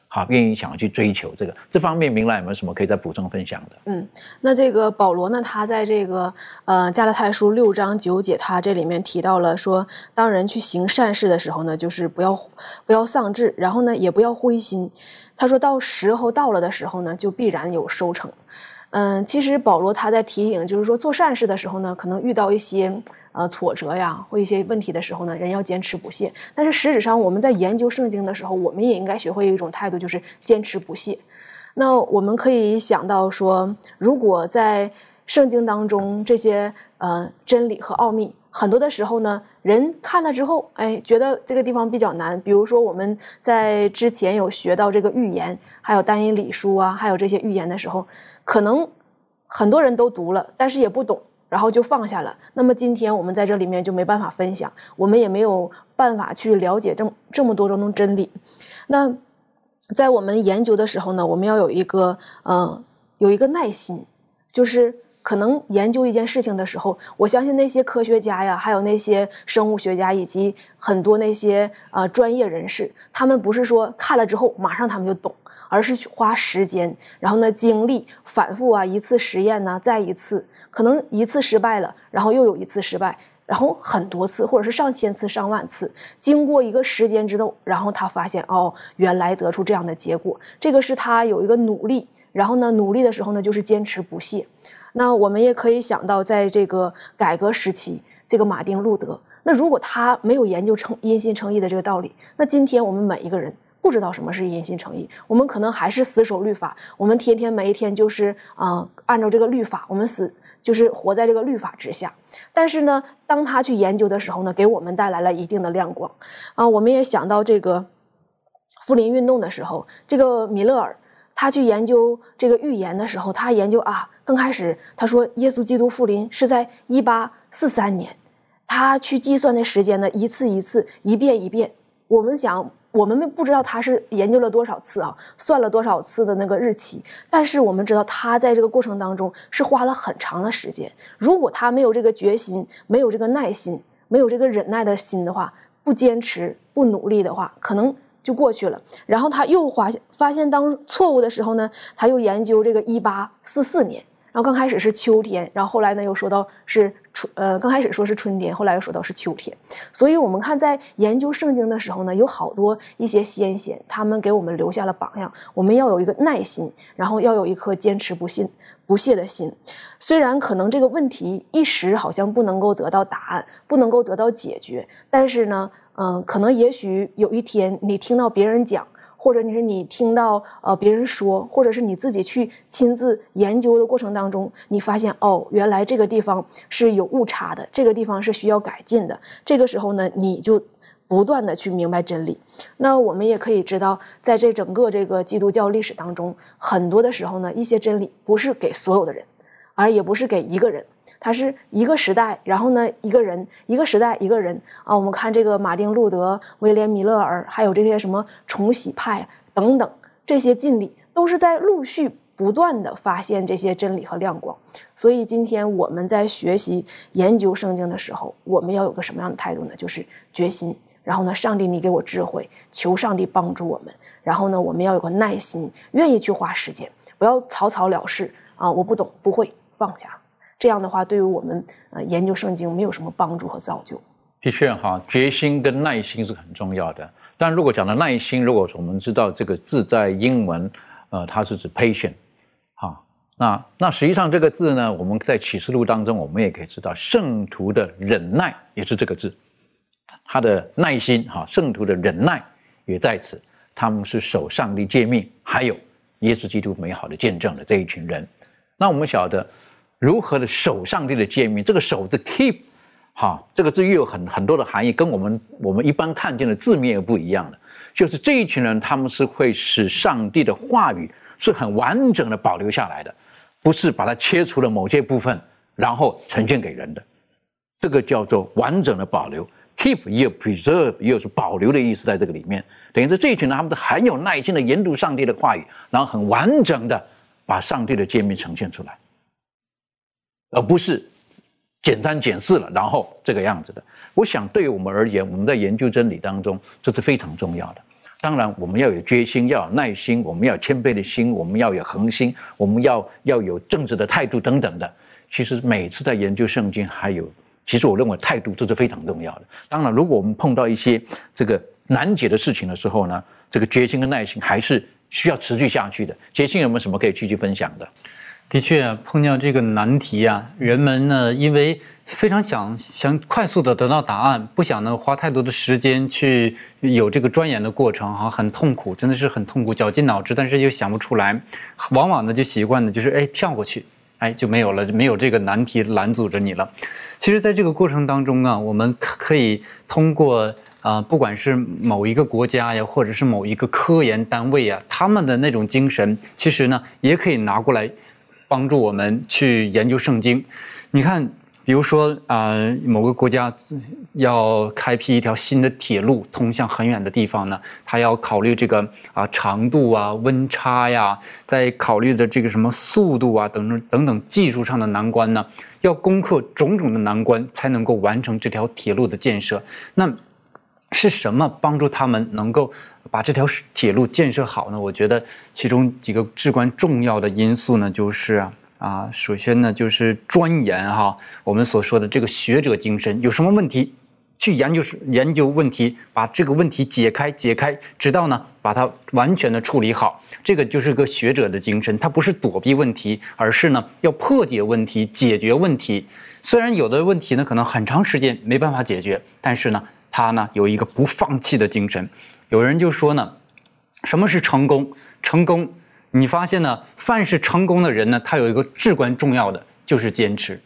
好，愿意想要去追求这方面，明兰有没有什么可以再补充分享的？ 那这个保罗呢，他在这个加拉太书6章9节，他这里面提到了说，当人去行善事的时候呢，就是不要丧志，然后呢也不要灰心。他说到时候到了的时候呢，就必然有收成。其实保罗他在提醒，就是说做善事的时候呢，可能遇到一些挫折呀或一些问题的时候呢，人要坚持不懈。但是实质上我们在研究圣经的时候，我们也应该学会一种态度，就是坚持不懈。那我们可以想到说，如果在圣经当中这些真理和奥秘，很多的时候呢，人看了之后，觉得这个地方比较难。比如说我们在之前有学到这个预言，还有但以理书啊，还有这些预言的时候，可能很多人都读了，但是也不懂，然后就放下了。那么今天我们在这里面就没办法分享，我们也没有办法去了解这么多种真理。那在我们研究的时候呢，我们要有一个耐心，就是可能研究一件事情的时候，我相信那些科学家呀，还有那些生物学家以及很多那些专业人士，他们不是说看了之后马上他们就懂，而是去花时间，然后呢经历反复啊，一次实验呢，再一次，可能一次失败了，然后又有一次失败，然后很多次，或者是上千次、上万次，经过一个时间之后，然后他发现原来得出这样的结果，这个是他有一个努力，然后呢努力的时候呢就是坚持不懈。那我们也可以想到，在这个改革时期，这个马丁路德，那如果他没有研究因信称义的这个道理，那今天我们每一个人不知道什么是因信称义，我们可能还是死守律法，我们天天每一天就是按照这个律法，我们就是活在这个律法之下。但是呢，当他去研究的时候呢，给我们带来了一定的亮光我们也想到这个复临运动的时候，这个米勒尔他去研究这个预言的时候，他研究刚开始他说耶稣基督复临是在1843年，他去计算那时间呢，一次一次，一遍一遍。我们不知道他是研究了多少次算了多少次的那个日期，但是我们知道他在这个过程当中是花了很长的时间。如果他没有这个决心，没有这个耐心，没有这个忍耐的心的话，不坚持不努力的话，可能就过去了。然后他又发现当错误的时候呢，他又研究这个1844年，然后刚开始是秋天，然后后来呢又说到是刚开始说是春天，后来又说到是秋天。所以我们看在研究圣经的时候呢，有好多一些先贤，他们给我们留下了榜样。我们要有一个耐心，然后要有一颗坚持不懈的心。虽然可能这个问题一时好像不能够得到答案，不能够得到解决，但是呢可能也许有一天你听到别人讲，或者你听到别人说，或者是你自己去亲自研究的过程当中，你发现原来这个地方是有误差的，这个地方是需要改进的。这个时候呢，你就不断的去明白真理。那我们也可以知道，在这整个这个基督教历史当中，很多的时候呢，一些真理不是给所有的人，而也不是给一个人，它是一个时代，然后呢一个人，一个时代一个人我们看这个马丁路德、威廉米勒尔，还有这些什么重洗派等等，这些劲力都是在陆续不断的发现这些真理和亮光。所以今天我们在学习研究圣经的时候，我们要有个什么样的态度呢？就是决心，然后呢上帝你给我智慧，求上帝帮助我们，然后呢我们要有个耐心，愿意去花时间，不要草草了事我不懂不会放下，这样的话对于我们研究圣经没有什么帮助和造就。 的确决心跟耐心是很重要的。但如果讲到耐心，如果我们知道这个字在英文它是指 patient 那实际上这个字呢，我们在启示录当中我们也可以知道，圣徒的忍耐也是这个字，他的耐心圣徒的忍耐也在此，他们是守上帝诫命还有耶稣基督美好的见证的这一群人。那我们晓得如何的守上帝的诫命，这个守字 keep 这个字又有很多的含义，跟我们一般看见的字面又不一样的，就是这一群人他们是会使上帝的话语是很完整的保留下来的，不是把它切除了某些部分然后呈现给人的，这个叫做完整的保留。 keep 也有 preserve 也有是保留的意思在这个里面，等于是这一群人他们是很有耐心的研读上帝的话语，然后很完整的把上帝的诫命呈现出来，而不是简三简四了然后这个样子的。我想对于我们而言，我们在研究真理当中这是非常重要的。 当然，我们要有决心，要有耐心，我们要有谦卑的心，我们要有恒心，我们要有正直的态度等等的。其实每次在研究圣经，其实我认为态度这是非常重要的。当然，如果我们碰到一些这个难解的事情的时候呢，这个决心跟耐心还是需要持续下去的。杰信有没有什么可以继续分享的？ 的确，碰到这个难题啊，人们呢，因为非常想快速的得到答案，不想呢花太多的时间去有这个钻研的过程，很痛苦，真的是很痛苦，绞尽脑汁，但是又想不出来，往往呢就习惯的就是跳过去，就没有了，没有这个难题拦阻着你了。其实，在这个过程当中啊，我们可以通过不管是某一个国家呀，或者是某一个科研单位啊，他们的那种精神，其实呢也可以拿过来帮助我们去研究圣经。你看，比如说某个国家要开辟一条新的铁路通向很远的地方呢，他要考虑这个长度啊、温差呀，再考虑的这个什么速度啊等等技术上的难关呢，要攻克种种的难关，才能够完成这条铁路的建设。那是什么帮助他们能够把这条铁路建设好呢？我觉得其中几个至关重要的因素呢，就是首先呢就是钻研我们所说的这个学者精神，有什么问题去研究问题，把这个问题解开，直到呢把它完全的处理好。这个就是个学者的精神，它不是躲避问题，而是呢要破解问题，解决问题。虽然有的问题呢可能很长时间没办法解决，但是呢他呢有一个不放弃的精神。有人就说呢，什么是成功？成功，你发现呢，凡是成功的人呢，他有一个至关重要的，就是坚持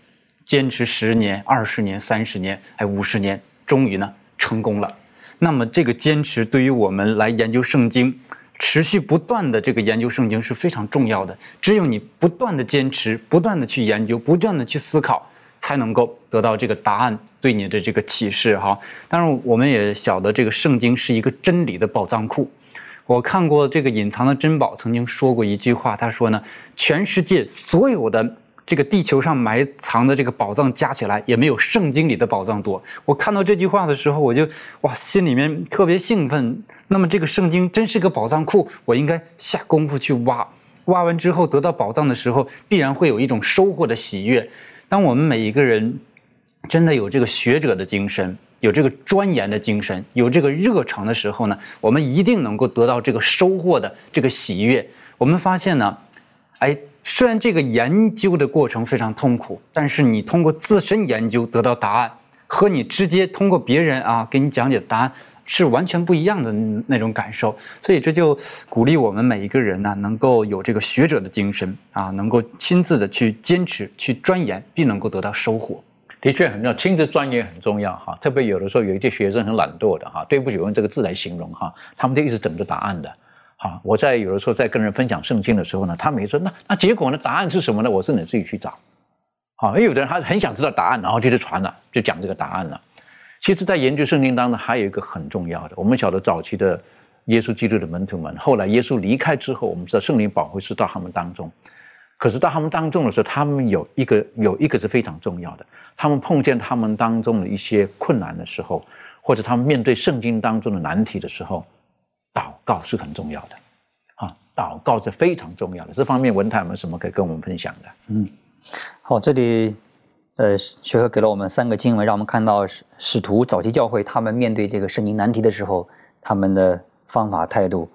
10年、20年、30年、50年，终于呢成功了。那么这个坚持对于我们来研究圣经，持续不断的这个研究圣经是非常重要的。只有你不断的坚持，不断的去研究，不断的去思考，才能够得到这个答案对你的这个启示当然我们也晓得这个圣经是一个真理的宝藏库。我看过这个隐藏的珍宝曾经说过一句话，他说呢，全世界所有的这个地球上埋藏的这个宝藏加起来也没有圣经里的宝藏多。我看到这句话的时候，我就心里面特别兴奋。那么这个圣经真是个宝藏库，我应该下功夫去挖完之后得到宝藏的时候，必然会有一种收获的喜悦。当我们每一个人真的有这个学者的精神，有这个钻研的精神，有这个热诚的时候呢，我们一定能够得到这个收获的这个喜悦。我们发现呢，虽然这个研究的过程非常痛苦，但是你通过自身研究得到答案，和你直接通过别人给你讲解的答案是完全不一样的那种感受。所以这就鼓励我们每一个人呢，能够有这个学者的精神能够亲自的去坚持、去钻研，并能够得到收获。 的确很重要，亲自钻研很重要特别有的时候有一些学生很懒惰的对不起，我用这个字来形容他们就一直等着答案的我在有的时候在跟人分享圣经的时候呢，他们也说那结果呢？答案是什么呢？我是你自己去找因为有的人他很想知道答案，然后就去传了，就讲这个答案了。其实在研究圣经当中还有一个很重要的，我们晓得早期的耶稣基督的门徒们，后来耶稣离开之后，我们知道圣灵保惠师到他们当中，可是到他们当中的时候，他们有一个是非常重要的，他们碰见他们当中的一些困难的时候，或者他们面对圣经当中的难题的时候，祷告是很重要的祷告是非常重要的。这方面文泰有没有什么可以跟我们分享的？ 好，这里学科给了我们3个经文，让我们看到使徒早期教会他们面对这个圣经难题的时候，他们的方法态度。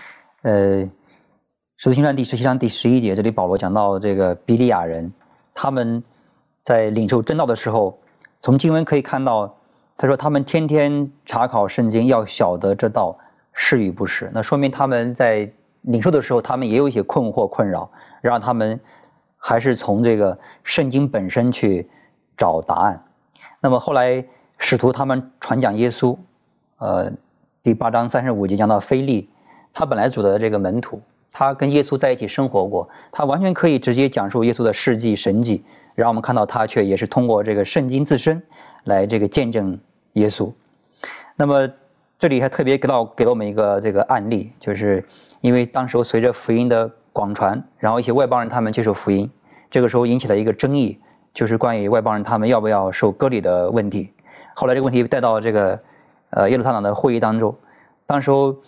使徒行传第17章第11节，这里保罗讲到这个比利亚人，他们在领受真道的时候，从经文可以看到，他说他们天天查考圣经，要晓得这道是与不是。那说明他们在领受的时候，他们也有一些困惑困扰，让他们还是从这个圣经本身去找答案。那么后来使徒他们传讲耶稣，第8章35节讲到腓利，他本来主的这个门徒，他跟耶稣在一起生活过，他完全可以直接讲述耶稣的事迹神迹，让我们看到他却也是通过这个圣经自身来这个见证耶稣。那么这里还特别给了我们一个这个案例，就是因为当时随着福音的广传，然后一些外邦人他们接受福音，这个时候引起了一个争议，就是关于外邦人他们要不要受割礼的问题。后来这个问题带到这个耶路撒冷的会议当中，当时候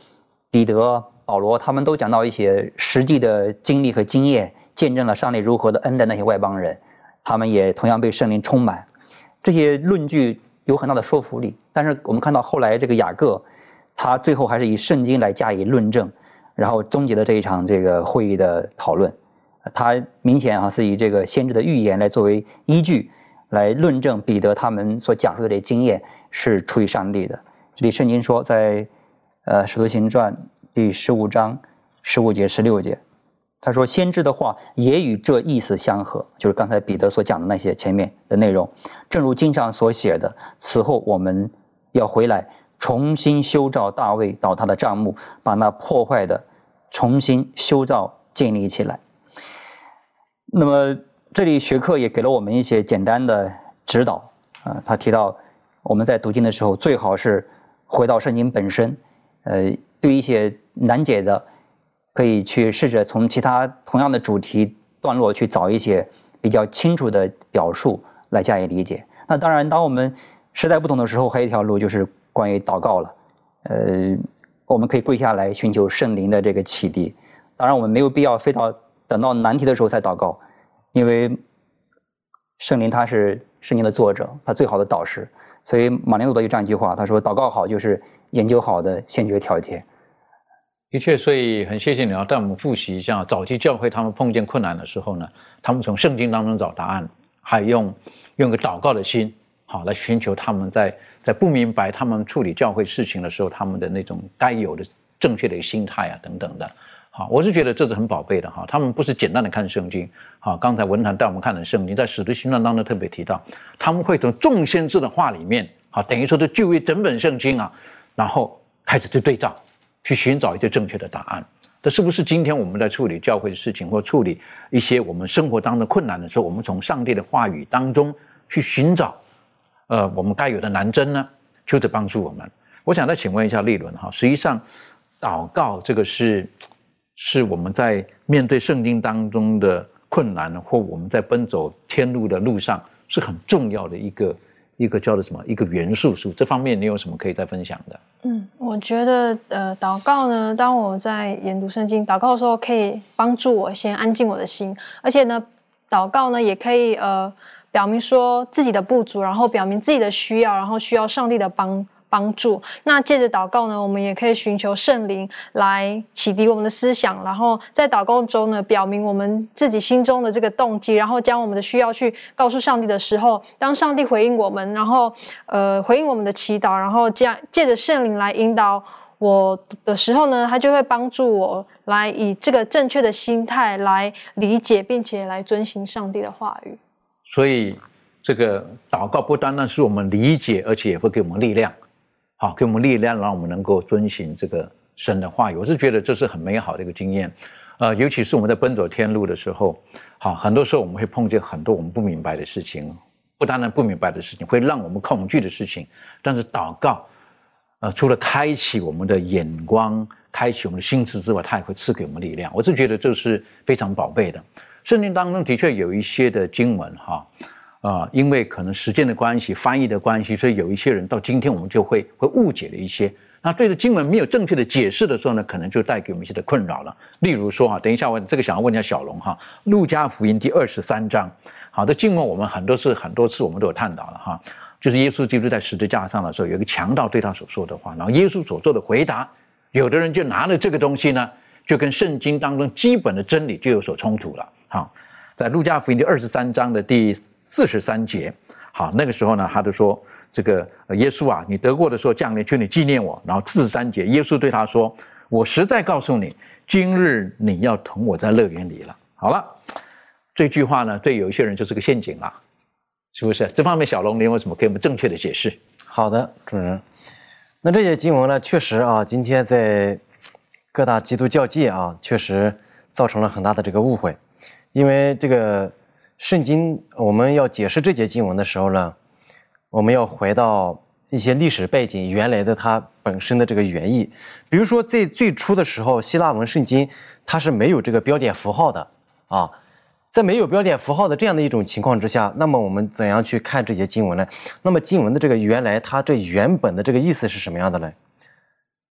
彼得、保罗他们都讲到一些实际的经历和经验，见证了上帝如何的恩待那些外邦人，他们也同样被圣灵充满。这些论据有很大的说服力，但是我们看到后来这个雅各，他最后还是以圣经来加以论证，然后终结了这一场这个会议的讨论。他明显是以这个先知的预言来作为依据，来论证彼得他们所讲述的这些经验是出于上帝的。这里圣经说，在使徒行传第15章15节16节，他说先知的话也与这意思相合，就是刚才彼得所讲的那些前面的内容。正如经上所写的，此后我们要回来重新修造大卫倒塌的帐幕，把那破坏的重新修造建立起来。那么这里学课也给了我们一些简单的指导他提到我们在读经的时候最好是回到圣经本身，对一些难解的可以去试着从其他同样的主题段落去找一些比较清楚的表述来加以理解。那当然当我们时代不同的时候，还有一条路就是关于祷告了。我们可以跪下来寻求圣灵的这个启迪。当然我们没有必要非到等到难题的时候才祷告，因为圣灵他是圣经的作者，他最好的导师。所以马丁路德有这样一句话，他说祷告好就是研究好的先决条件。 的确，所以很谢谢你带我们复习一下早期教会他们碰见困难的时候呢，他们从圣经当中找答案，还用个祷告的心好来寻求他们在不明白他们处理教会事情的时候他们的那种该有的正确的心态等等的。好，我是觉得这是很宝贝的哈。他们不是简单的看圣经，好，刚才文坛带我们看的圣经，在使徒行传当中特别提到，他们会从众先知的话里面，好，等于说就就一整本圣经然后开始去对照，去寻找一些正确的答案。这是不是今天我们在处理教会的事情，或处理一些我们生活当中困难的时候，我们从上帝的话语当中去寻找，我们该有的南针呢？求主帮助我们。我想再请问一下立伦哈，实际上祷告这个是我们在面对圣经当中的困难，或我们在奔走天路的路上是很重要的一个叫做什么一个元素。这方面你有什么可以再分享的？ 我觉得祷告呢，当我在研读圣经祷告的时候，可以帮助我先安静我的心，而且呢，祷告呢也可以表明说自己的不足，然后表明自己的需要，然后需要上帝的帮助。那借着祷告呢，我们也可以寻求圣灵来启迪我们的思想，然后在祷告中呢，表明我们自己心中的这个动机，然后将我们的需要去告诉上帝的时候，当上帝回应我们，然后回应我们的祈祷，然后借着圣灵来引导我的时候呢，他就会帮助我来以这个正确的心态来理解，并且来遵行上帝的话语。 所以这个祷告不单单是我们理解，而且也会给我们力量。好，给我们力量，让我们能够遵行这个神的话语。我是觉得这是很美好的一个经验，尤其是我们在奔走天路的时候，好，很多时候我们会碰见很多我们不明白的事情，不单单不明白的事情，会让我们恐惧的事情。但是祷告，除了开启我们的眼光、开启我们的心智之外，它也会赐给我们力量。我是觉得这是非常宝贝的。圣经当中的确有一些的经文因为可能时间的关系、翻译的关系，所以有一些人到今天我们就会误解了一些。那对着经文没有正确的解释的时候呢，可能就带给我们一些的困扰了。例如说等一下我这个想要问一下小龙路加福音第23章，好的经文我们很多次我们都有探讨了就是耶稣基督在十字架上的时候，有一个强盗对他所说的话，然后耶稣所做的回答，有的人就拿了这个东西呢，就跟圣经当中基本的真理就有所冲突了。好，在路加福音第23章的第43节，好，那个时候呢，他就说这个耶稣你得过的时候降临，求你纪念我。然后43节，耶稣对他说：“我实在告诉你，今日你要同我在乐园里了。”好了，这句话呢，对有一些人就是个陷阱了，是不是？这方面小龙，你有什么给我们正确的解释？ 好的，主任。那这些经文呢，确实今天在各大基督教界确实造成了很大的这个误会，因为这个圣经我们要解释这节经文的时候呢，我们要回到一些历史背景，原来的它本身的这个原意。比如说在最初的时候，希腊文圣经它是没有这个标点符号的在没有标点符号的这样的一种情况之下，那么我们怎样去看这节经文呢？那么经文的这个原来它这原本的这个意思是什么样的呢？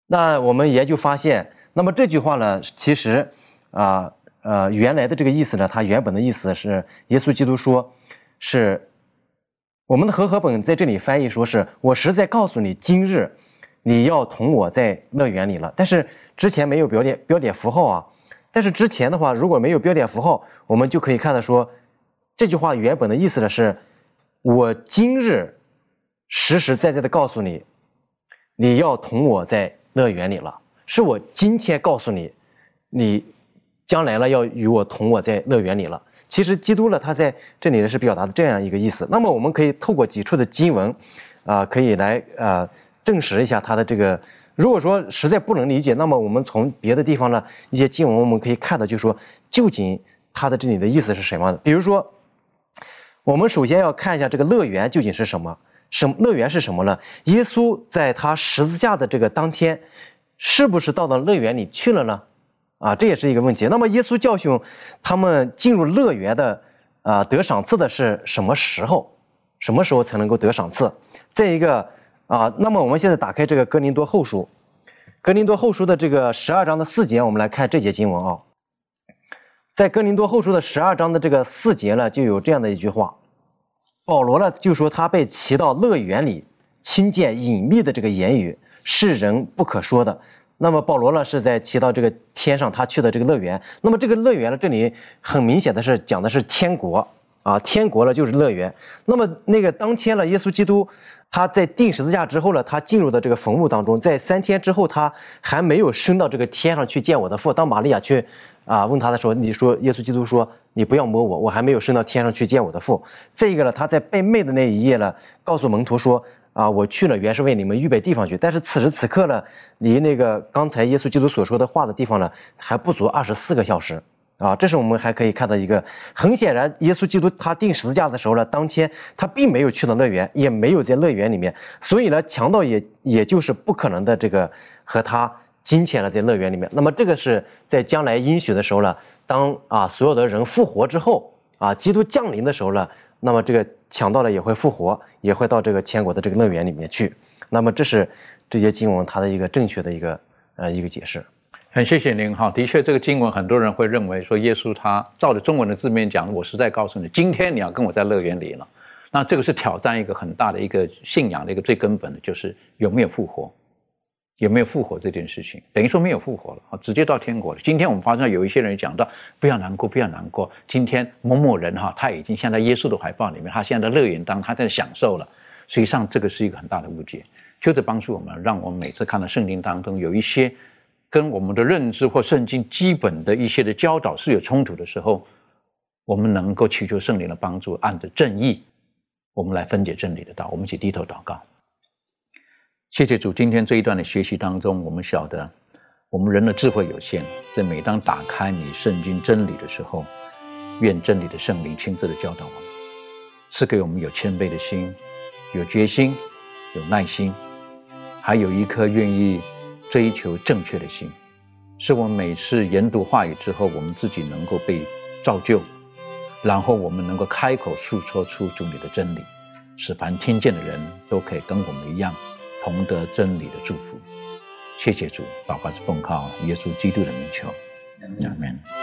那我们研究发现，那么这句话呢，其实原来的这个意思呢，它原本的意思是耶稣基督说，是我们的和合本在这里翻译说是我实在告诉你，今日你要同我在乐园里了。但是之前没有标点符号啊。但是之前的话，如果没有标点符号，我们就可以看到说，这句话原本的意思呢是，我今日实实在在的告诉你，你要同我在乐园里了。是我今天告诉你，你将来了要与我同我在乐园里了。其实基督呢，他在这里呢是表达的这样一个意思。那么我们可以透过几处的经文，可以来证实一下他的这个。如果说实在不能理解，那么我们从别的地方呢一些经文我们可以看到，就是说究竟他的这里的意思是什么的。比如说，我们首先要看一下这个乐园究竟是什么。乐园是什么呢？耶稣在他十字架的这个当天，是不是到乐园里去了呢？这也是一个问题。那么耶稣教训他们进入乐园的得赏赐的是什么时候？什么时候才能够得赏赐？再一个那么我们现在打开这个哥林多后书，哥林多后书的这个12章的4节，我们来看这节经文啊。在哥林多后书的12章的这个4节呢，就有这样的一句话，保罗呢就说他被骑到乐园里，亲见隐秘的这个言语，是人不可说的。那么保罗呢是在骑到这个天上，他去的这个乐园。那么这个乐园呢，这里很明显的是讲的是天国天国呢就是乐园。那么那个当天呢，耶稣基督他在钉十字架之后呢，他进入到这个坟墓当中，在3天之后，他还没有升到这个天上去见我的父。当玛利亚去问他的时候，你说耶稣基督说你不要摸我，我还没有升到天上去见我的父。这一个呢，他在被昧的那一夜呢，告诉门徒说我去了原是为你们预备地方去，但是此时此刻呢，离那个刚才耶稣基督所说的话的地方呢，还不足24个小时。这是我们还可以看到一个，很显然，耶稣基督他钉十字架的时候呢，当天他并没有去到乐园，也没有在乐园里面，所以呢，强盗也就是不可能的这个和他今天呢在乐园里面。那么这个是在将来应许的时候呢，当所有的人复活之后基督降临的时候呢，那么这个强盗呢也会复活，也会到这个天国的这个乐园里面去。那么这是这些经文它的一个正确的一个解释。 很谢谢您哈，的确这个经文很多人会认为说耶稣他照着中文的字面讲，我实在告诉你，今天你要跟我在乐园里了。那这个是挑战一个很大的一个信仰的一个最根本的，就是有没有复活，有没有复活这件事情，等于说没有复活了直接到天国了。今天我们发现有一些人讲到不要难过，不要难过，今天某某人他已经现在耶稣的怀抱里面，他现在在乐园当中他在享受了。实际上这个是一个很大的误解，就是帮助我们，让我们每次看到圣经当中有一些跟我们的认知或圣经基本的一些的教导是有冲突的时候，我们能够祈求圣灵的帮助，按着正义我们来分解真理的道。我们一起低头祷告。谢谢主，今天这一段的学习当中，我们晓得我们人的智慧有限，在每当打开你圣经真理的时候，愿真理的圣灵亲自的教导我们，赐给我们有谦卑的心，有决心，有耐心，还有一颗愿意追求正确的心，是我们每次研读话语之后，我们自己能够被造就，然后我们能够开口诉说出主你的真理，使凡听见的人都可以跟我们一样同得真理的祝福。谢谢主，祷告是奉靠耶稣基督的名求，阿们。